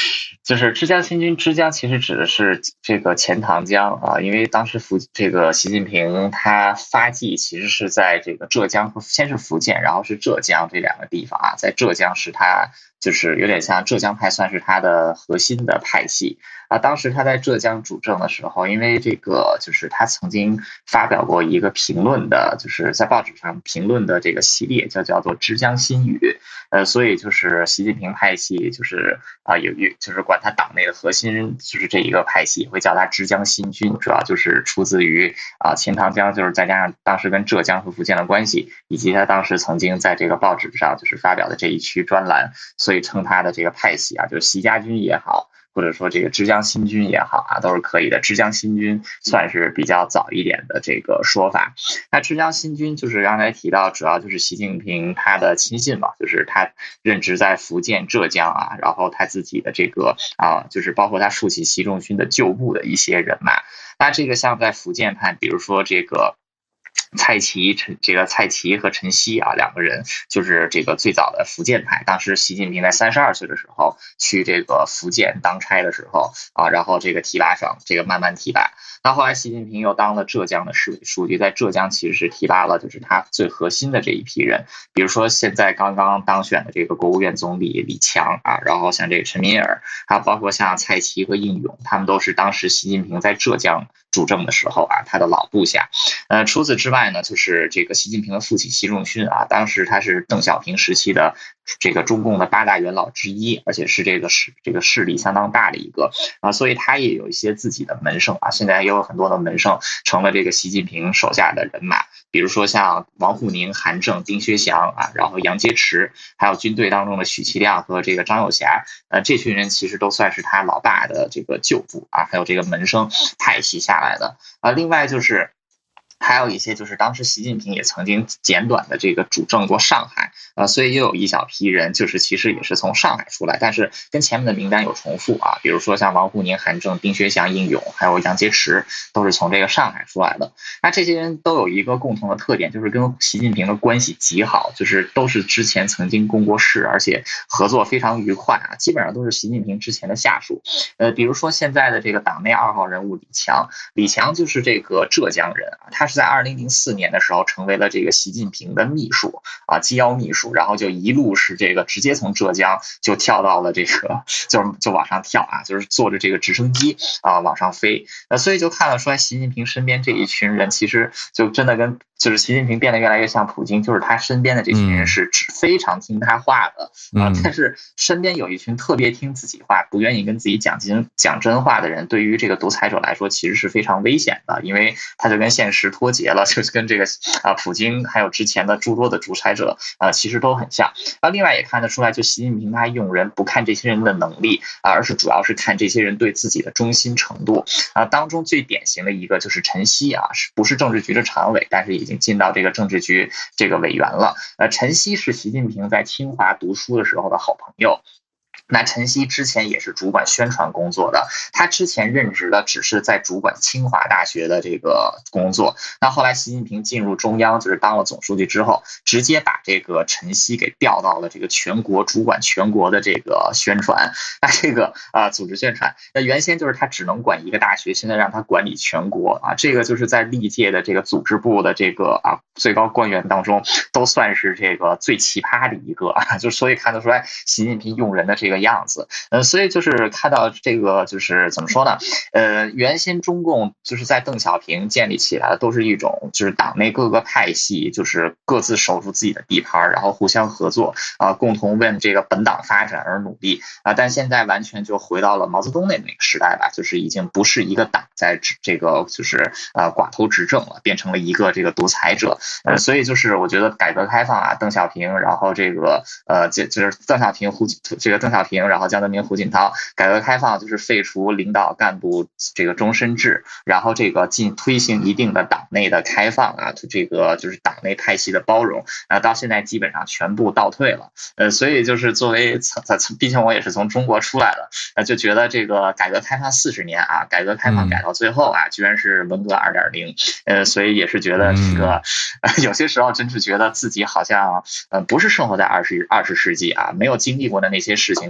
就是浙江新军，浙江其实指的是这个钱塘江啊，因为当时这个习近平他发迹其实是在这个浙江和先是福建，然后是浙江这两个地方啊，在浙江是他就是有点像浙江派，算是他的核心的派系啊。当时他在浙江主政的时候，因为这个就是他曾经发表过一个评论的，就是在报纸上评论的这个系列叫做《之江新语》，所以就是习近平派系就是就是管他党内的核心就是这一个派系会叫他之江新军，主要就是出自于钱塘江，就是再加上当时跟浙江和福建的关系，以及他当时曾经在这个报纸上就是发表的这一区专栏，所以称他的这个派系啊，就是习家军也好，或者说这个之江新军也好啊，都是可以的。之江新军算是比较早一点的这个说法。那之江新军就是刚才提到，主要就是习近平他的亲信嘛，就是他任职在福建、浙江啊，然后他自己的这个就是包括他父亲习仲勋的旧部的一些人马。那这个像在福建派，比如说这个蔡奇和陈希啊，两个人就是这个最早的福建派。当时习近平在32岁的时候去这个福建当差的时候啊，然后这个提拔上这个慢慢提拔。那后来习近平又当了浙江的市委书记，在浙江其实是提拔了就是他最核心的这一批人，比如说现在刚刚当选的这个国务院总理李强啊，然后像这个陈敏尔，还有包括像蔡奇和应勇，他们都是当时习近平在浙江主政的时候啊，他的老部下。除此之外呢，就是这个习近平的父亲习仲勋啊，当时他是邓小平时期的这个中共的8大元老之一，而且是这个势力相当大的一个啊，所以他也有一些自己的门生啊，现在也有很多的门生成了这个习近平手下的人马，比如说像王沪宁、韩正、丁薛祥啊，然后杨洁篪，还有军队当中的许其亮和这个张又侠，这群人其实都算是他老爸的这个旧部啊，还有这个门生派系下来的啊。另外就是还有一些就是当时习近平也曾经简短的这个主政过上海所以又有一小批人就是其实也是从上海出来，但是跟前面的名单有重复啊，比如说像王沪宁、韩正、丁薛祥、应勇还有杨洁篪都是从这个上海出来的。那这些人都有一个共同的特点，就是跟习近平的关系极好，就是都是之前曾经共过事，而且合作非常愉快啊，基本上都是习近平之前的下属。比如说现在的这个党内2号人物李强就是这个浙江人啊，他是在2004年的时候成为了这个习近平的秘书啊，机要秘书，然后就一路是这个直接从浙江就跳到了这个就往上跳啊，就是坐着这个直升机啊往上飞。所以就看得出来习近平身边这一群人其实就真的跟就是习近平变得越来越像普京，就是他身边的这群人是非常听他话的啊，但是身边有一群特别听自己话，不愿意跟自己讲真话的人，对于这个独裁者来说其实是非常危险的，因为他就跟现实脱节了，就是跟这个普京还有之前的诸多的独裁者其实都很像。另外也看得出来，就习近平他用人不看这些人的能力而是主要是看这些人对自己的忠心程度当中最典型的一个就是陈希啊，不是政治局的常委，但是已经进到这个政治局这个委员了。陈希是习近平在清华读书的时候的好朋友。那陈希之前也是主管宣传工作的，他之前任职的只是在主管清华大学的这个工作。那后来习近平进入中央，就是当了总书记之后，直接把这个陈希给调到了这个全国主管全国的这个宣传，那这个组织宣传。那原先就是他只能管一个大学，现在让他管理全国啊，这个就是在历届的这个组织部的这个最高官员当中，都算是这个最奇葩的一个就所以看得出来习近平用人的这个样子。所以就是看到这个就是怎么说呢？原先中共就是在邓小平建立起来的都是一种就是党内各个派系就是各自守住自己的地盘，然后互相合作共同为这个本党发展而努力但现在完全就回到了毛泽东那个时代吧，就是已经不是一个党在这个就是寡头执政了，变成了一个这个独裁者。所以就是我觉得改革开放邓小平，然后这个就是邓小平然后江泽民、胡锦涛，改革开放就是废除领导干部这个终身制，然后这个推行一定的党内的开放这个就是党内派系的包容到现在基本上全部倒退了。所以就是作为毕竟我也是从中国出来的就觉得这个改革开放40年改革开放改到最后居然是文革 2.0 所以也是觉得这个有些时候真是觉得自己好像不是生活在20世纪没有经历过的那些事情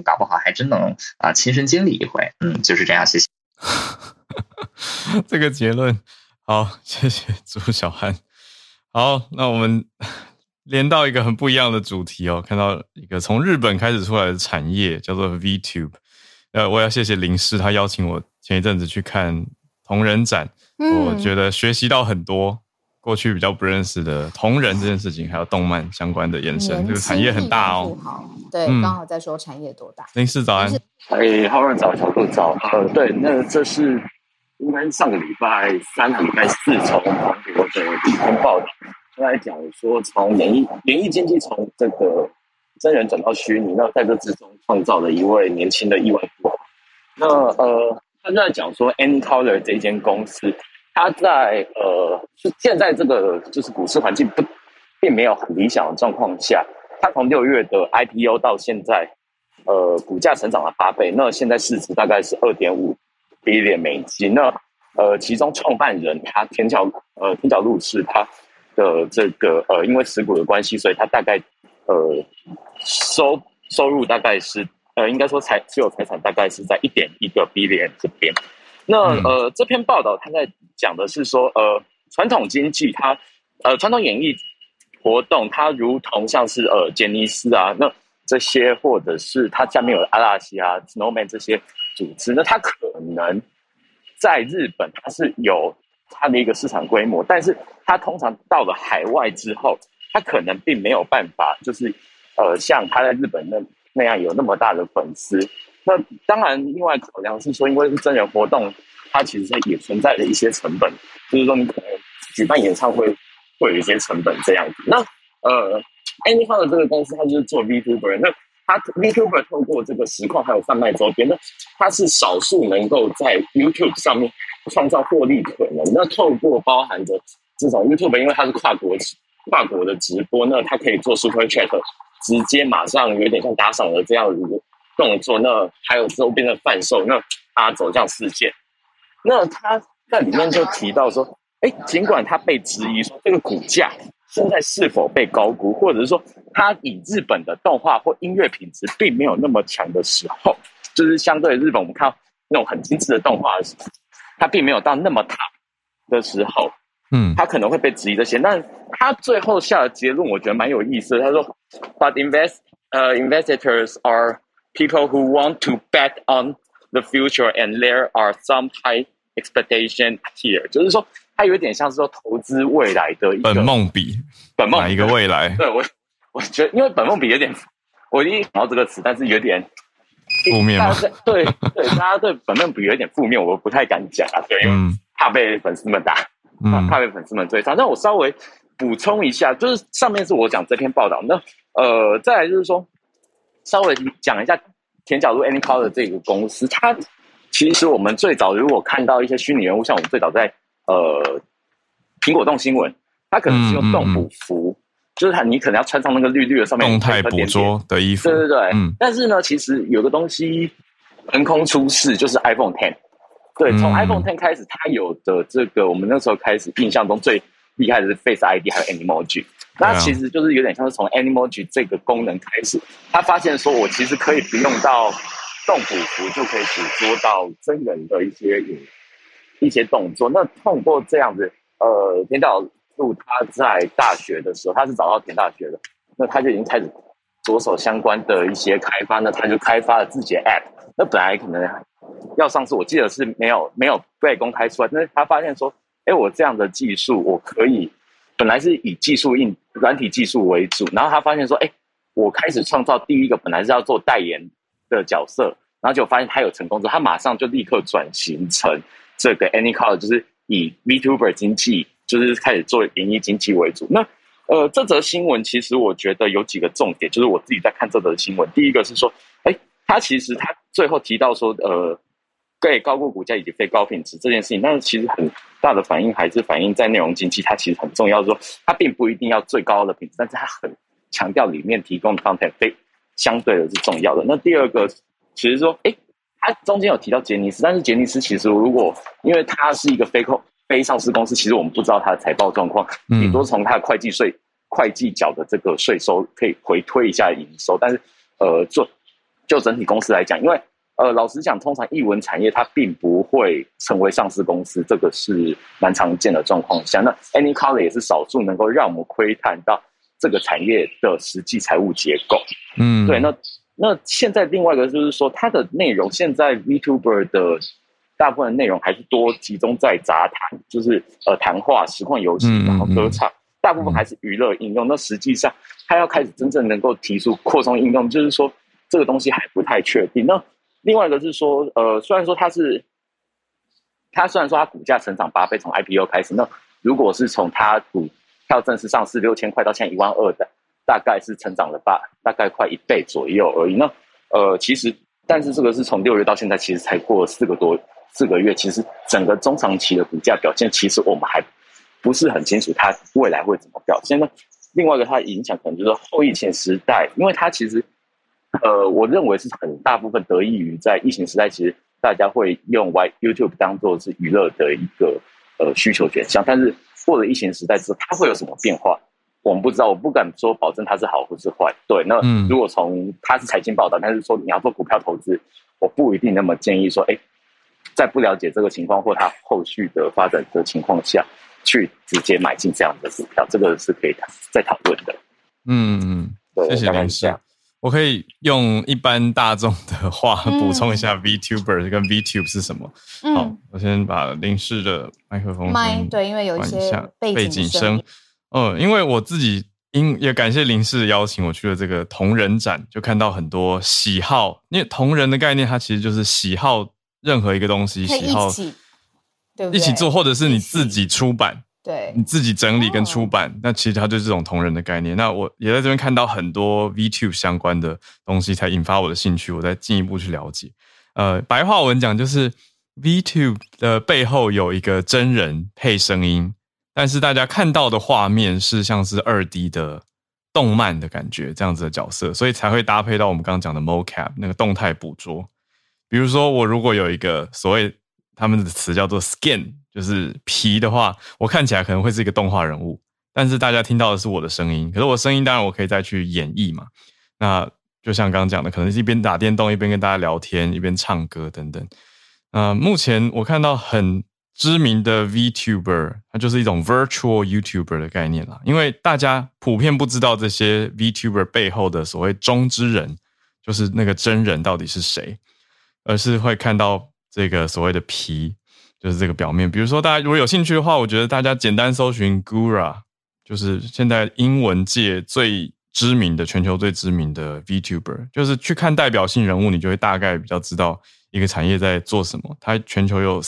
搞不好还真能亲身经历一回。就是这样，谢谢。 这个结论好，谢谢朱小汉。好，那我们连到一个很不一样的主题哦，看到一个从日本开始出来的产业叫做 VTube。我要谢谢林氏，他邀请我前一阵子去看同人展，我觉得学习到很多过去比较不认识的同人这件事情，还有动漫相关的延伸，这个产业很大哦。 对，刚好在说产业多大。 林氏早安。 浩然早，小鹿早。对，那这是应该是上个礼拜3和礼拜4从彭博的一篇报道，就在讲说从演艺经济从这个真人转到虚拟，那在这之中创造了一位年轻的亿万富豪。那他就在讲说 AnyColor 这一间公司，他在现在这个就是股市环境并没有很理想的状况下，他从6月的 IPO 到现在，股价成长了8倍，那现在市值大概是2.5 billion 美金。那其中创办人他天角路士他的这个因为持股的关系，所以他大概收入大概是应该说持有财产大概是在1.1个 billion 这边。那这篇报道他在讲的是说传统经济它传统演艺活动它如同像是杰尼斯啊那这些，或者是它下面有阿拉西啊 Snowman 这些组织，那它可能在日本它是有它的一个市场规模，但是它通常到了海外之后，它可能并没有办法就是像它在日本那样有那么大的粉丝。那当然另外考量是说，因为是真人活动，它其实也存在着一些成本，就是说你可能举办演唱会会有一些成本这样子。那AnyColor 的这个公司它就是做 VTuber， 那它 VTuber 透过这个实况还有贩卖周边，那它是少数能够在 YouTube 上面创造获利可能。那透过包含着这种 YouTuber， 因为它是跨国的直播，那它可以做 Super Chat， 直接马上有点像打赏的这样子的动作，那还有周边的贩售，那它走向世界。那他在里面就提到说，尽管他被质疑说这个股价现在是否被高估，或者是说它以日本的动画或音乐品质并没有那么强的时候，就是相对日本我们看到那种很精致的动画的时候，它并没有到那么top的时候，它可能会被质疑这些。但他最后下的结论我觉得蛮有意思的，他说 But investors are people who want to bet on the future and there are some high expectation here， 就是说它有点像是说投资未来的一个本梦比哪一个未来。 对，我觉得因为本梦比有点，我一想到这个词，但是有点负面吗？ 对，大家对本梦比有点负面，我不太敢讲啊，对，因为怕被粉丝们打，怕被粉丝们追杀。但我稍微补充一下，就是上面是我讲这篇报道，那再来就是说稍微讲一下田角鹿 AnyColor 的这个公司，它其实我们最早如果看到一些虚拟人物，像我们最早在苹果动新闻，它可能是用动捕服，就是你可能要穿上那个绿绿的上面动态捕捉的衣服， 对，但是呢，其实有个东西横空出世，就是 iPhone X。对，从 iPhone X 开始，它有的这个我们那时候开始印象中最厉害的是 Face ID 还有 Animoji。那其实就是有点像是从 Animoji 这个功能开始，他发现说我其实可以不用到动捕服就可以捕捉到真人的一些动作。那通过这样子，田角鹿他在大学的时候，他是早稻田大学的，那他就已经开始着手相关的一些开发，那他就开发了自己的 App。那本来可能要上市，我记得是没有被公开出来，但是他发现说，我这样的技术我可以，本来是以软体技术为主，然后他发现说，我开始创造第一个本来是要做代言的角色，然后就发现他有成功之后，他马上就立刻转型成这个 AnyColor， 就是以 VTuber 经济，就是开始做演艺经济为主。那这则新闻其实我觉得有几个重点，就是我自己在看这则新闻，第一个是说，他其实他最后提到说，对高估股价以及非高品质这件事情，但是其实很大的反应还是反映在内容经济，它其实很重要，说它并不一定要最高的品质，但是它很强调里面提供的 content 相对的是重要的。那第二个其实说，它中间有提到杰尼斯，但是杰尼斯其实如果因为它是一个非上市公司，其实我们不知道它的财报状况，顶多从它的会计缴的这个税收可以回推一下营收，但是就整体公司来讲，因为老实讲，通常艺文产业它并不会成为上市公司，这个是蛮常见的状况下。那 AnyColor 也是少数能够让我们窥探到这个产业的实际财务结构。对。那现在另外一个就是说，它的内容现在 VTuber 的大部分内容还是多集中在杂谈，就是谈话、实况游戏，然后歌唱，大部分还是娱乐应用。那实际上它要开始真正能够提出扩充应用，就是说这个东西还不太确定。那另外一个是说，虽然说它股价成长8倍，从 IPO 开始，那如果是从它股票正式上市6000块到现在12000的，大概是成长了大概快1倍左右而已。那其实，但是这个是从6月到现在，其实才过4个月，其实整个中长期的股价表现，其实我们还不是很清楚它未来会怎么表现呢。另外一个它的影响可能就是后疫情时代，因为它其实我认为是很大部分得益于在疫情时代，其实大家会用 YouTube 当作是娱乐的一个需求选项，但是过了疫情时代之后，它会有什么变化？我们不知道，我不敢说保证它是好或是坏。对，那如果从它是财经报道，但是说你要做股票投资，我不一定那么建议说，在不了解这个情况或它后续的发展的情况下，去直接买进这样的股票，这个是可以再讨论的。 谢谢林氏。我可以用一般大众的话补充一下 VTuber 跟 VTube 是什么。好，我先把林氏的麦克风对，因为有一些背景声。 因为我自己也感谢林氏邀请我去了这个同人展，就看到很多喜好，因为同人的概念它其实就是喜好任何一个东西，喜好对不对？ 一起做，或者是你自己出版， 对， 你自己整理跟出版，那其实它就是这种同人的概念。那我也在这边看到很多 VTube 相关的东西，才引发我的兴趣，我再进一步去了解。白话文讲就是 VTube 的背后有一个真人配声音，但是大家看到的画面是像是2D 的动漫的感觉，这样子的角色，所以才会搭配到我们刚刚讲的 mocap 那个动态捕捉。比如说我如果有一个所谓他们的词叫做 skin， 就是皮的话，我看起来可能会是一个动画人物，但是大家听到的是我的声音，可是我的声音当然我可以再去演绎嘛。那就像刚刚讲的，可能是一边打电动一边跟大家聊天一边唱歌等等。目前我看到很知名的 VTuber， 它就是一种 virtual YouTuber 的概念啦，因为大家普遍不知道这些 VTuber 背后的所谓中之人，就是那个真人到底是谁，而是会看到这个所谓的皮，就是这个表面。比如说大家如果有兴趣的话，我觉得大家简单搜寻 Gura， 就是现在英文界最知名的全球最知名的 VTuber， 就是去看代表性人物，你就会大概比较知道一个产业在做什么。它全球有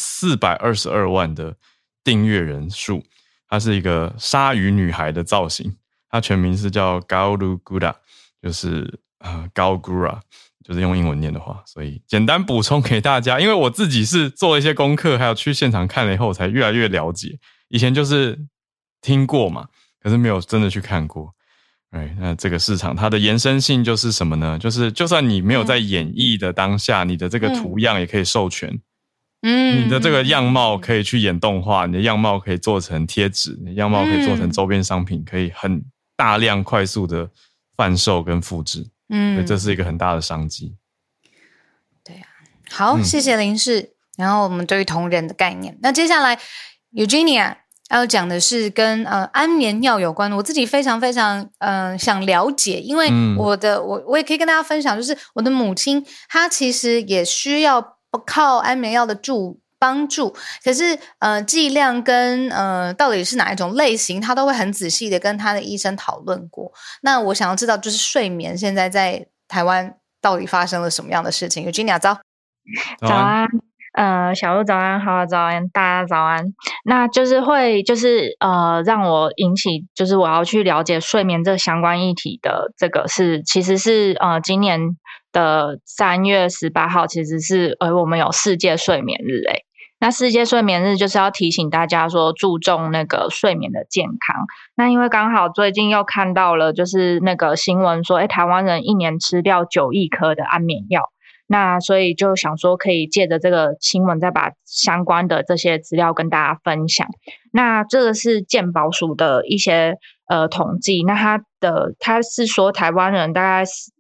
422万的订阅人数，它是一个鲨鱼女孩的造型，它全名是叫 Gaoru Gura， 就是Gaoru Gura， 就是用英文念的话。所以简单补充给大家，因为我自己是做了一些功课，还有去现场看了以后才越来越了解，以前就是听过嘛，可是没有真的去看过。那这个市场它的延伸性就是什么呢？就是就算你没有在演绎的当下，你的这个图样也可以授权。你的这个样貌可以去演动画，你的样貌可以做成贴纸，你的样貌可以做成周边商品，可以很大量快速的贩售跟复制。所以这是一个很大的商机。 对啊，好，谢谢林氏。然后我们对于同人的概念，那接下来 Eugenia要讲的是跟安眠药有关的，我自己非常非常想了解，因为我也可以跟大家分享，就是我的母亲她其实也需要靠安眠药的帮助，可是剂量跟到底是哪一种类型，她都会很仔细的跟她的医生讨论过。那我想要知道，就是睡眠现在在台湾到底发生了什么样的事情。Eugenia早安。小鹿早安，好早安，大家早安。那就是让我引起，就是我要去了解睡眠这相关议题的这个其实是今年的3月18号，其实是我们有世界睡眠日诶。那世界睡眠日就是要提醒大家说注重那个睡眠的健康。那因为刚好最近又看到了就是那个新闻说，台湾人一年吃掉9亿颗的安眠药。那所以就想说可以借着这个新闻再把相关的这些资料跟大家分享。那这个是健保署的一些统计，那他是说台湾人大概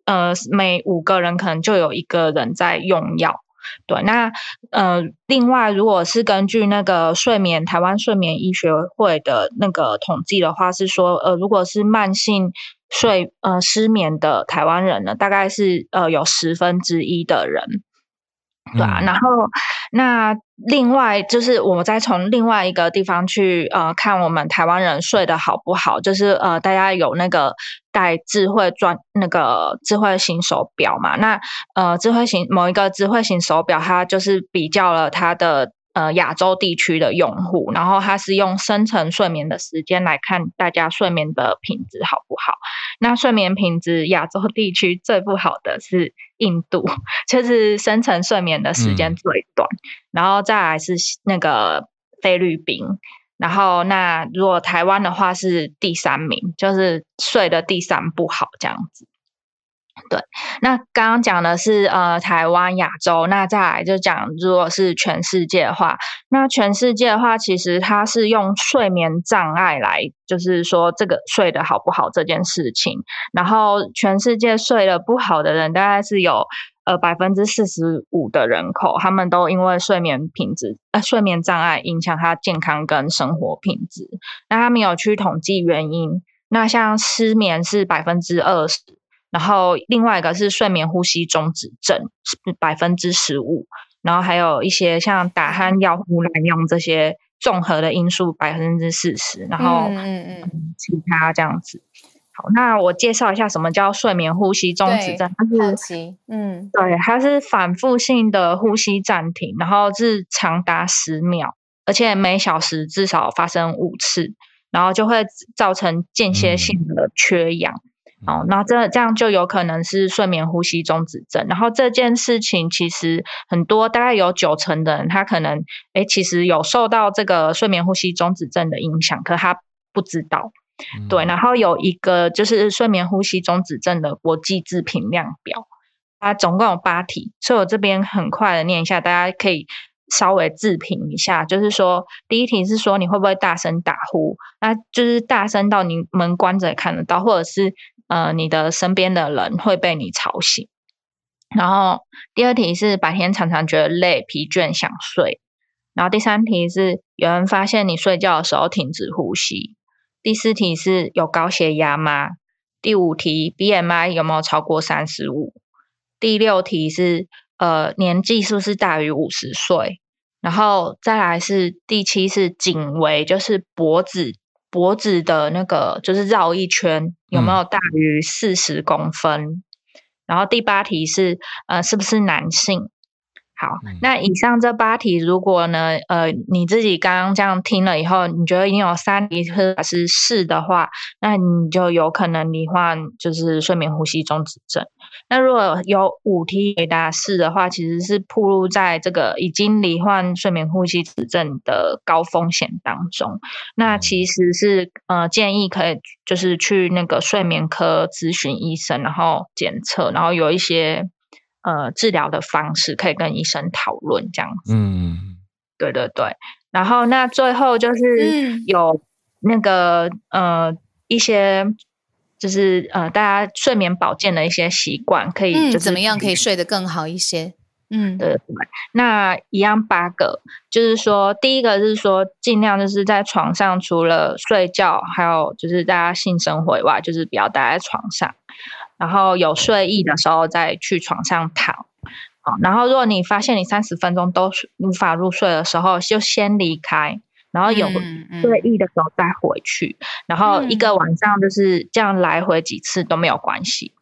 每5个人可能就有1个人在用药。对，那另外如果是根据那个台湾睡眠医学会的那个统计的话，是说如果是慢性失眠的台湾人呢，大概是有1/10的人。对啊，然后那另外就是我再从另外一个地方去看我们台湾人睡得好不好，就是大家有那个戴那个智慧型手表嘛，那某一个智慧型手表，它就是比较了它的亚洲地区的用户，然后它是用深层睡眠的时间来看大家睡眠的品质好不好。那睡眠品质亚洲地区最不好的是印度，就是深层睡眠的时间最短，然后再来是那个菲律宾，然后那如果台湾的话是第3名，就是睡的第3不好这样子。对，那刚刚讲的是台湾亚洲，那再来就讲如果是全世界的话，那全世界的话其实它是用睡眠障碍来就是说这个睡得好不好这件事情，然后全世界睡得不好的人大概是有45%的人口，他们都因为睡眠障碍影响他健康跟生活品质。那他们有去统计原因，那像失眠是20%，然后另外一个是睡眠呼吸中止症是15%，然后还有一些像打鼾、药物滥用这些综合的因素40%，然后其他这样子。好，那我介绍一下什么叫睡眠呼吸中止症。对，它是反复性的呼吸暂停，然后是长达10秒，而且每小时至少发生5次，然后就会造成间歇性的缺氧。好，那这样就有可能是睡眠呼吸中止症。然后这件事情其实大概有90%的人他可能其实有受到这个睡眠呼吸中止症的影响，可他不知道。对，然后有一个就是睡眠呼吸中止症的国际自评量表，它总共有8题，所以我这边很快的念一下，大家可以稍微自评一下。就是说第一题是说你会不会大声打呼，那就是大声到你门关着也看得到，或者是你的身边的人会被你吵醒。然后第2题是白天常常觉得累、疲倦、想睡。然后第3题是有人发现你睡觉的时候停止呼吸。第4题是有高血压吗？第5题 BMI 有没有超过35？第6题是年纪是不是大于50岁？然后再来是第7是颈围，就是脖子的那个就是绕一圈有没有大于40公分？然后第8题是是不是男性？好，那以上这8题，如果呢你自己刚刚这样听了以后，你觉得你有3题是是的话，那你就有可能罹患就是睡眠呼吸中止症。那如果有5题回答是的话，其实是暴露在这个已经罹患睡眠呼吸中止症的高风险当中。那其实是建议可以就是去那个睡眠科咨询医生，然后检测，然后有一些治疗的方式可以跟医生讨论这样子。对对对。然后那最后就是有那个一些就是大家睡眠保健的一些习惯，可以就是怎么样可以睡得更好一些。 对，那一样8个，就是说第一个是说尽量就是在床上除了睡觉还有就是大家性生活以外，就是不要待在床上，然后有睡意的时候再去床上躺。好，然后如果你发现你30分钟都无法入睡的时候，就先离开，然后有睡意的时候再回去，然后一个晚上就是这样来回几次都没有关系。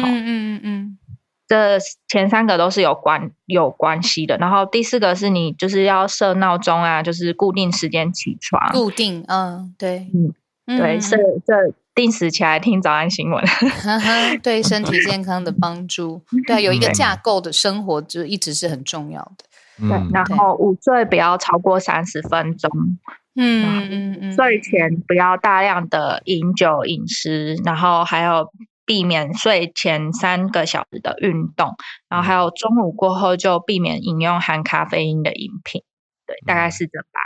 这前3个都是有关系的。然后第4个是你就是要设闹钟啊，就是固定时间起床， 固定对对，这定时起来听早安新闻对身体健康的帮助。对，有一个架构的生活就一直是很重要的。 对，然后午睡不要超过30分钟。睡前不要大量的饮酒饮食，然后还有避免睡前3个小时的运动，然后还有中午过后就避免饮用含咖啡因的饮品。对，大概是这8个。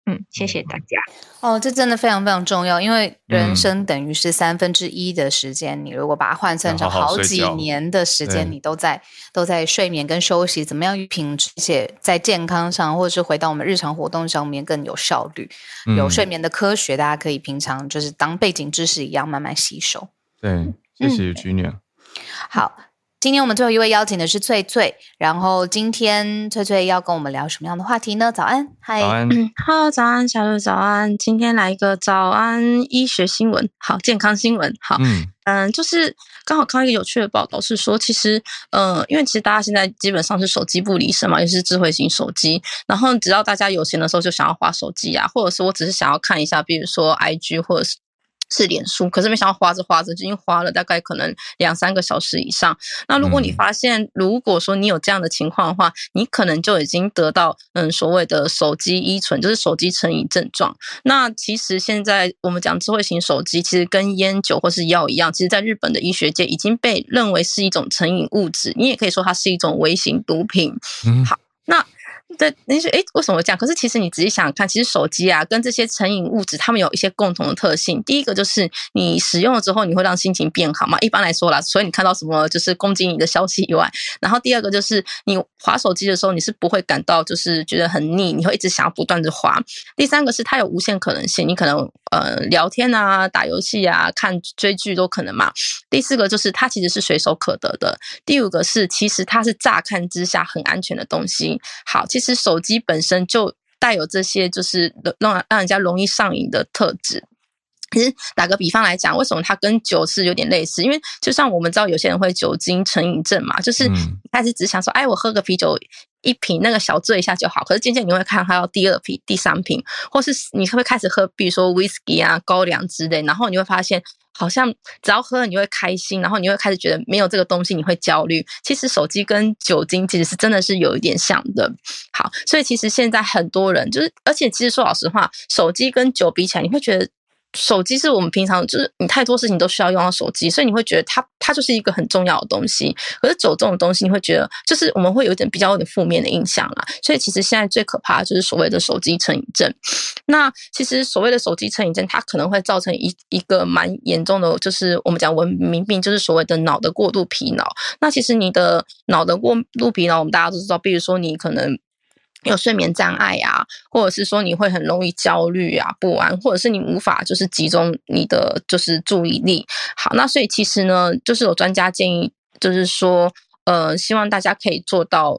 谢谢大家。 这真的非常非常重要，因为人生等于是1/3的时间，你如果把它换算成好几年的时间，你都在睡眠跟休息，怎么样品质，而且在健康上或者是回到我们日常活动上面更有效率。有睡眠的科学，大家可以平常就是当背景知识一样慢慢吸收。 对，谢谢 Eugenia。 好。今天我们最后一位邀请的是翠翠，然后今天翠翠要跟我们聊什么样的话题呢？早安，嗨， 早安 ，Hello， 早安，小鹿早安。今天来一个早安医学新闻，好，健康新闻，好，就是刚好看到一个有趣的报道，是说其实，因为其实大家现在基本上是手机不离身嘛，尤其是智慧型手机，然后只要大家有闲的时候就想要滑手机啊，或者是我只是想要看一下，比如说 IG 或者是脸书，可是没想到滑着滑着就已经花了大概可能2-3个小时以上。那如果你发现，如果说你有这样的情况的话，你可能就已经得到所谓的手机依存，就是手机成瘾症状。那其实现在我们讲智慧型手机，其实跟烟酒或是药一样，其实在日本的医学界已经被认为是一种成瘾物质，你也可以说它是一种微型毒品。好，那你说为什么这样？可是其实你仔细想想看，其实手机啊跟这些成瘾物质它们有一些共同的特性。第一个就是你使用了之后你会让心情变好嘛，一般来说啦，所以你看到什么就是攻击你的消息以外，然后第二个就是你滑手机的时候你是不会感到就是觉得很腻，你会一直想要不断的滑。第三个是它有无限可能性，你可能聊天啊、打游戏啊、追剧都可能嘛。第四个就是它其实是随手可得的。第五个是其实它是乍看之下很安全的东西。好，其实手机本身就带有这些就是让人家容易上瘾的特质。其实打个比方来讲，为什么它跟酒是有点类似？因为就像我们知道有些人会酒精成瘾症嘛，就是开始只想说我喝个啤酒一瓶那个小醉一下就好，可是渐渐你会看还有第2瓶、第3瓶，或是你会开始喝比如说 whisky 啊、高粱之类，然后你会发现好像只要喝了你会开心，然后你会开始觉得没有这个东西你会焦虑。其实手机跟酒精其实是真的是有一点像的。好，所以其实现在很多人就是，而且其实说老实话，手机跟酒比起来，你会觉得手机是我们平常就是你太多事情都需要用到手机，所以你会觉得它就是一个很重要的东西。可是酒这种东西你会觉得就是我们会有点比较有点负面的印象啦，所以其实现在最可怕的就是所谓的手机成瘾症。那其实所谓的手机成瘾症它可能会造成一个蛮严重的，就是我们讲文明病，就是所谓的脑的过度疲劳。那其实你的脑的过度疲劳我们大家都知道，比如说你可能有睡眠障碍啊，或者是说你会很容易焦虑啊、不安，或者是你无法就是集中你的就是注意力。好，那所以其实呢，就是有专家建议，就是说希望大家可以做到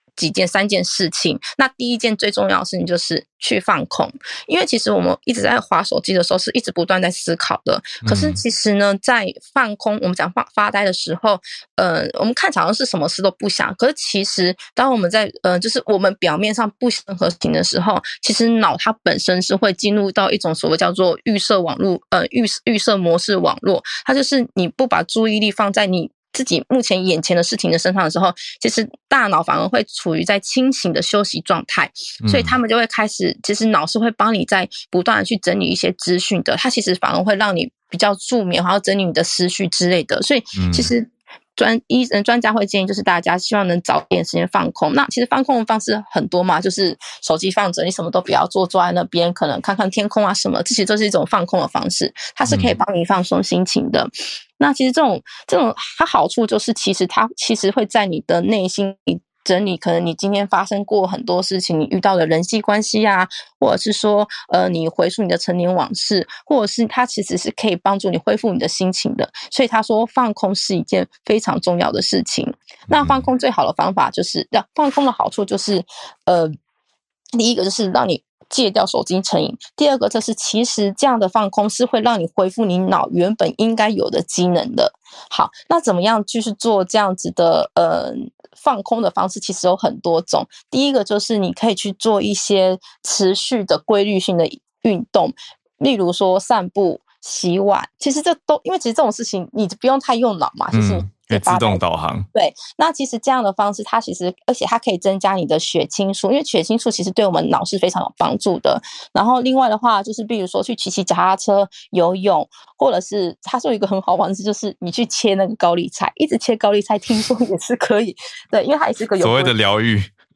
3件事情。那第一件最重要的事情就是去放空，因为其实我们一直在滑手机的时候是一直不断在思考的，可是其实呢在放空我们讲发呆的时候我们看起来好像是什么事都不想，可是其实当我们在就是我们表面上不想任何事情的时候，其实脑它本身是会进入到一种所谓叫做预设网络预设模式网络，它就是你不把注意力放在你自己目前眼前的事情的身上的时候，其实大脑反而会处于在清醒的休息状态，所以他们就会开始，其实脑是会帮你在不断的去整理一些资讯的，它其实反而会让你比较助眠，然后整理你的思绪之类的。所以其实专家会建议就是大家希望能早点时间放空。那其实放空的方式很多嘛，就是手机放着，你什么都不要做，坐在那边可能看看天空啊什么，这些都是一种放空的方式，它是可以帮你放松心情的。那其实这种它好处就是它其实会在你的内心整理，可能你今天发生过很多事情，你遇到的人际关系啊，或者是说你回溯你的陈年往事，或者是它其实是可以帮助你恢复你的心情的。所以他说放空是一件非常重要的事情。那放空最好的方法就是放空的好处就是第一个就是让你戒掉手机成瘾，第二个就是其实这样的放空是会让你恢复你脑原本应该有的机能的。好，那怎么样继续做这样子的放空的方式，其实有很多种。第一个就是你可以去做一些持续的规律性的运动，例如说散步、洗碗，其实这都因为其实这种事情你不用太用脑嘛，就是可以自动导航。 对，那其实这样的方式它其实而且它可以增加你的血清素，因为血清素其实对我们脑是非常有帮助的。然后另外的话就是比如说去骑脚踏车、游泳，或者是它是有一个很好玩的事，就是你去切那个高丽菜，一直切高丽菜听说也是可以。对，因为它也是个有所谓的疗愈。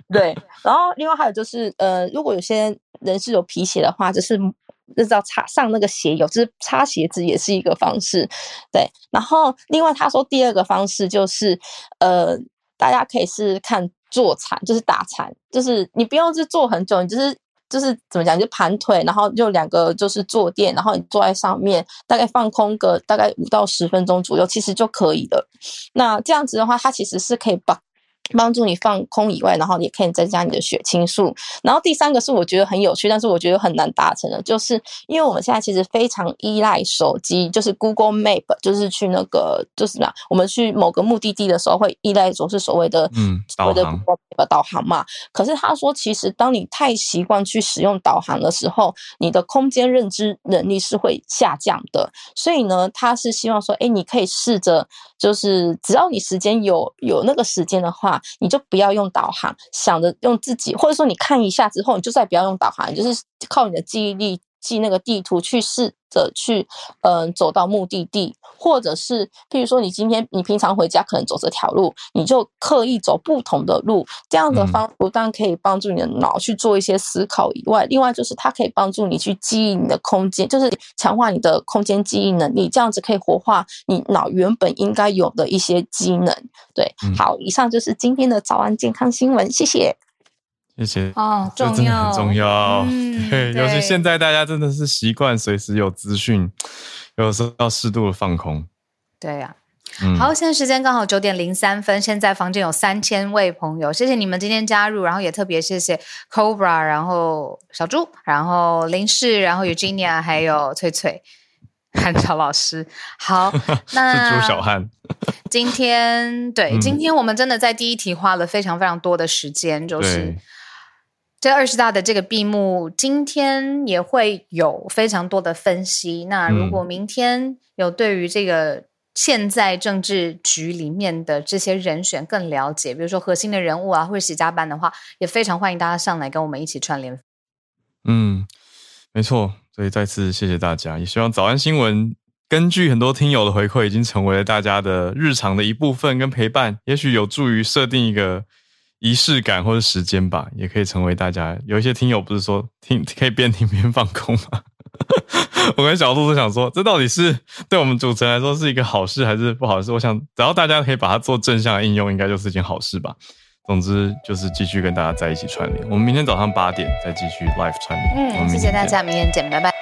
对，然后另外还有就是如果有些人是有皮鞋的话，就是要上那个鞋油，就是擦鞋子也是一个方式。对，然后另外他说第二个方式就是大家可以是看坐禅，就是打禅，就是你不用是坐很久，你就是怎么讲，就盘腿，然后就2个就是坐垫，然后你坐在上面，大概放空个大概5到10分钟左右，其实就可以了。那这样子的话，它其实是可以帮助你放空以外，然后也可以增加你的血清素。然后第3个是我觉得很有趣，但是我觉得很难达成的，就是因为我们现在其实非常依赖手机，就是 Google Map， 就是去那个就是我们去某个目的地的时候会依赖所谓的Google Map 导航嘛。可是他说，其实当你太习惯去使用导航的时候，你的空间认知能力是会下降的。所以呢，他是希望说，你可以试着，就是只要你时间有那个时间的话，你就不要用导航，想着用自己，或者说你看一下之后，你就再不要用导航，你就是靠你的记忆力记那个地图去试着去走到目的地，或者是譬如说你平常回家可能走这条路，你就刻意走不同的路，这样的方法不但可以帮助你的脑去做一些思考以外，另外就是它可以帮助你去记忆你的空间，就是强化你的空间记忆能力，这样子可以活化你脑原本应该有的一些机能。对，好，以上就是今天的早安健康新闻，谢谢。 谢谢哦， 这真的很重要。对， 对， 尤其现在大家真的是习惯随时有资讯，有时候要适度的放空。 对呀。好，现在时间刚好9点03分，现在房间有3000位朋友，谢谢你们今天加入，然后也特别谢谢 Cobra， 然后小猪，然后林氏，然后 Eugenia， 还有翠翠汉朝老师。好，那是猪小汉。 今天我们真的在第一题花了非常非常多的时间，就是这20大的这个闭幕，今天也会有非常多的分析。那如果明天有对于这个现在政治局里面的这些人选更了解，比如说核心的人物啊，或者洗家班的话，也非常欢迎大家上来跟我们一起串联。 没错，所以再次谢谢大家，也希望早安新闻根据很多听友的回馈，已经成为了大家的日常的一部分跟陪伴，也许有助于设定一个仪式感或者时间吧，也可以成为大家。有一些听友不是说可以边听边放空吗？我跟小鹿都想说，这到底是对我们主持人来说是一个好事还是不好的事？我想只要大家可以把它做正向的应用，应该就是一件好事吧。总之就是继续跟大家在一起串联，我们明天早上8点再继续 live 串联。 谢谢大家，明天见，拜拜。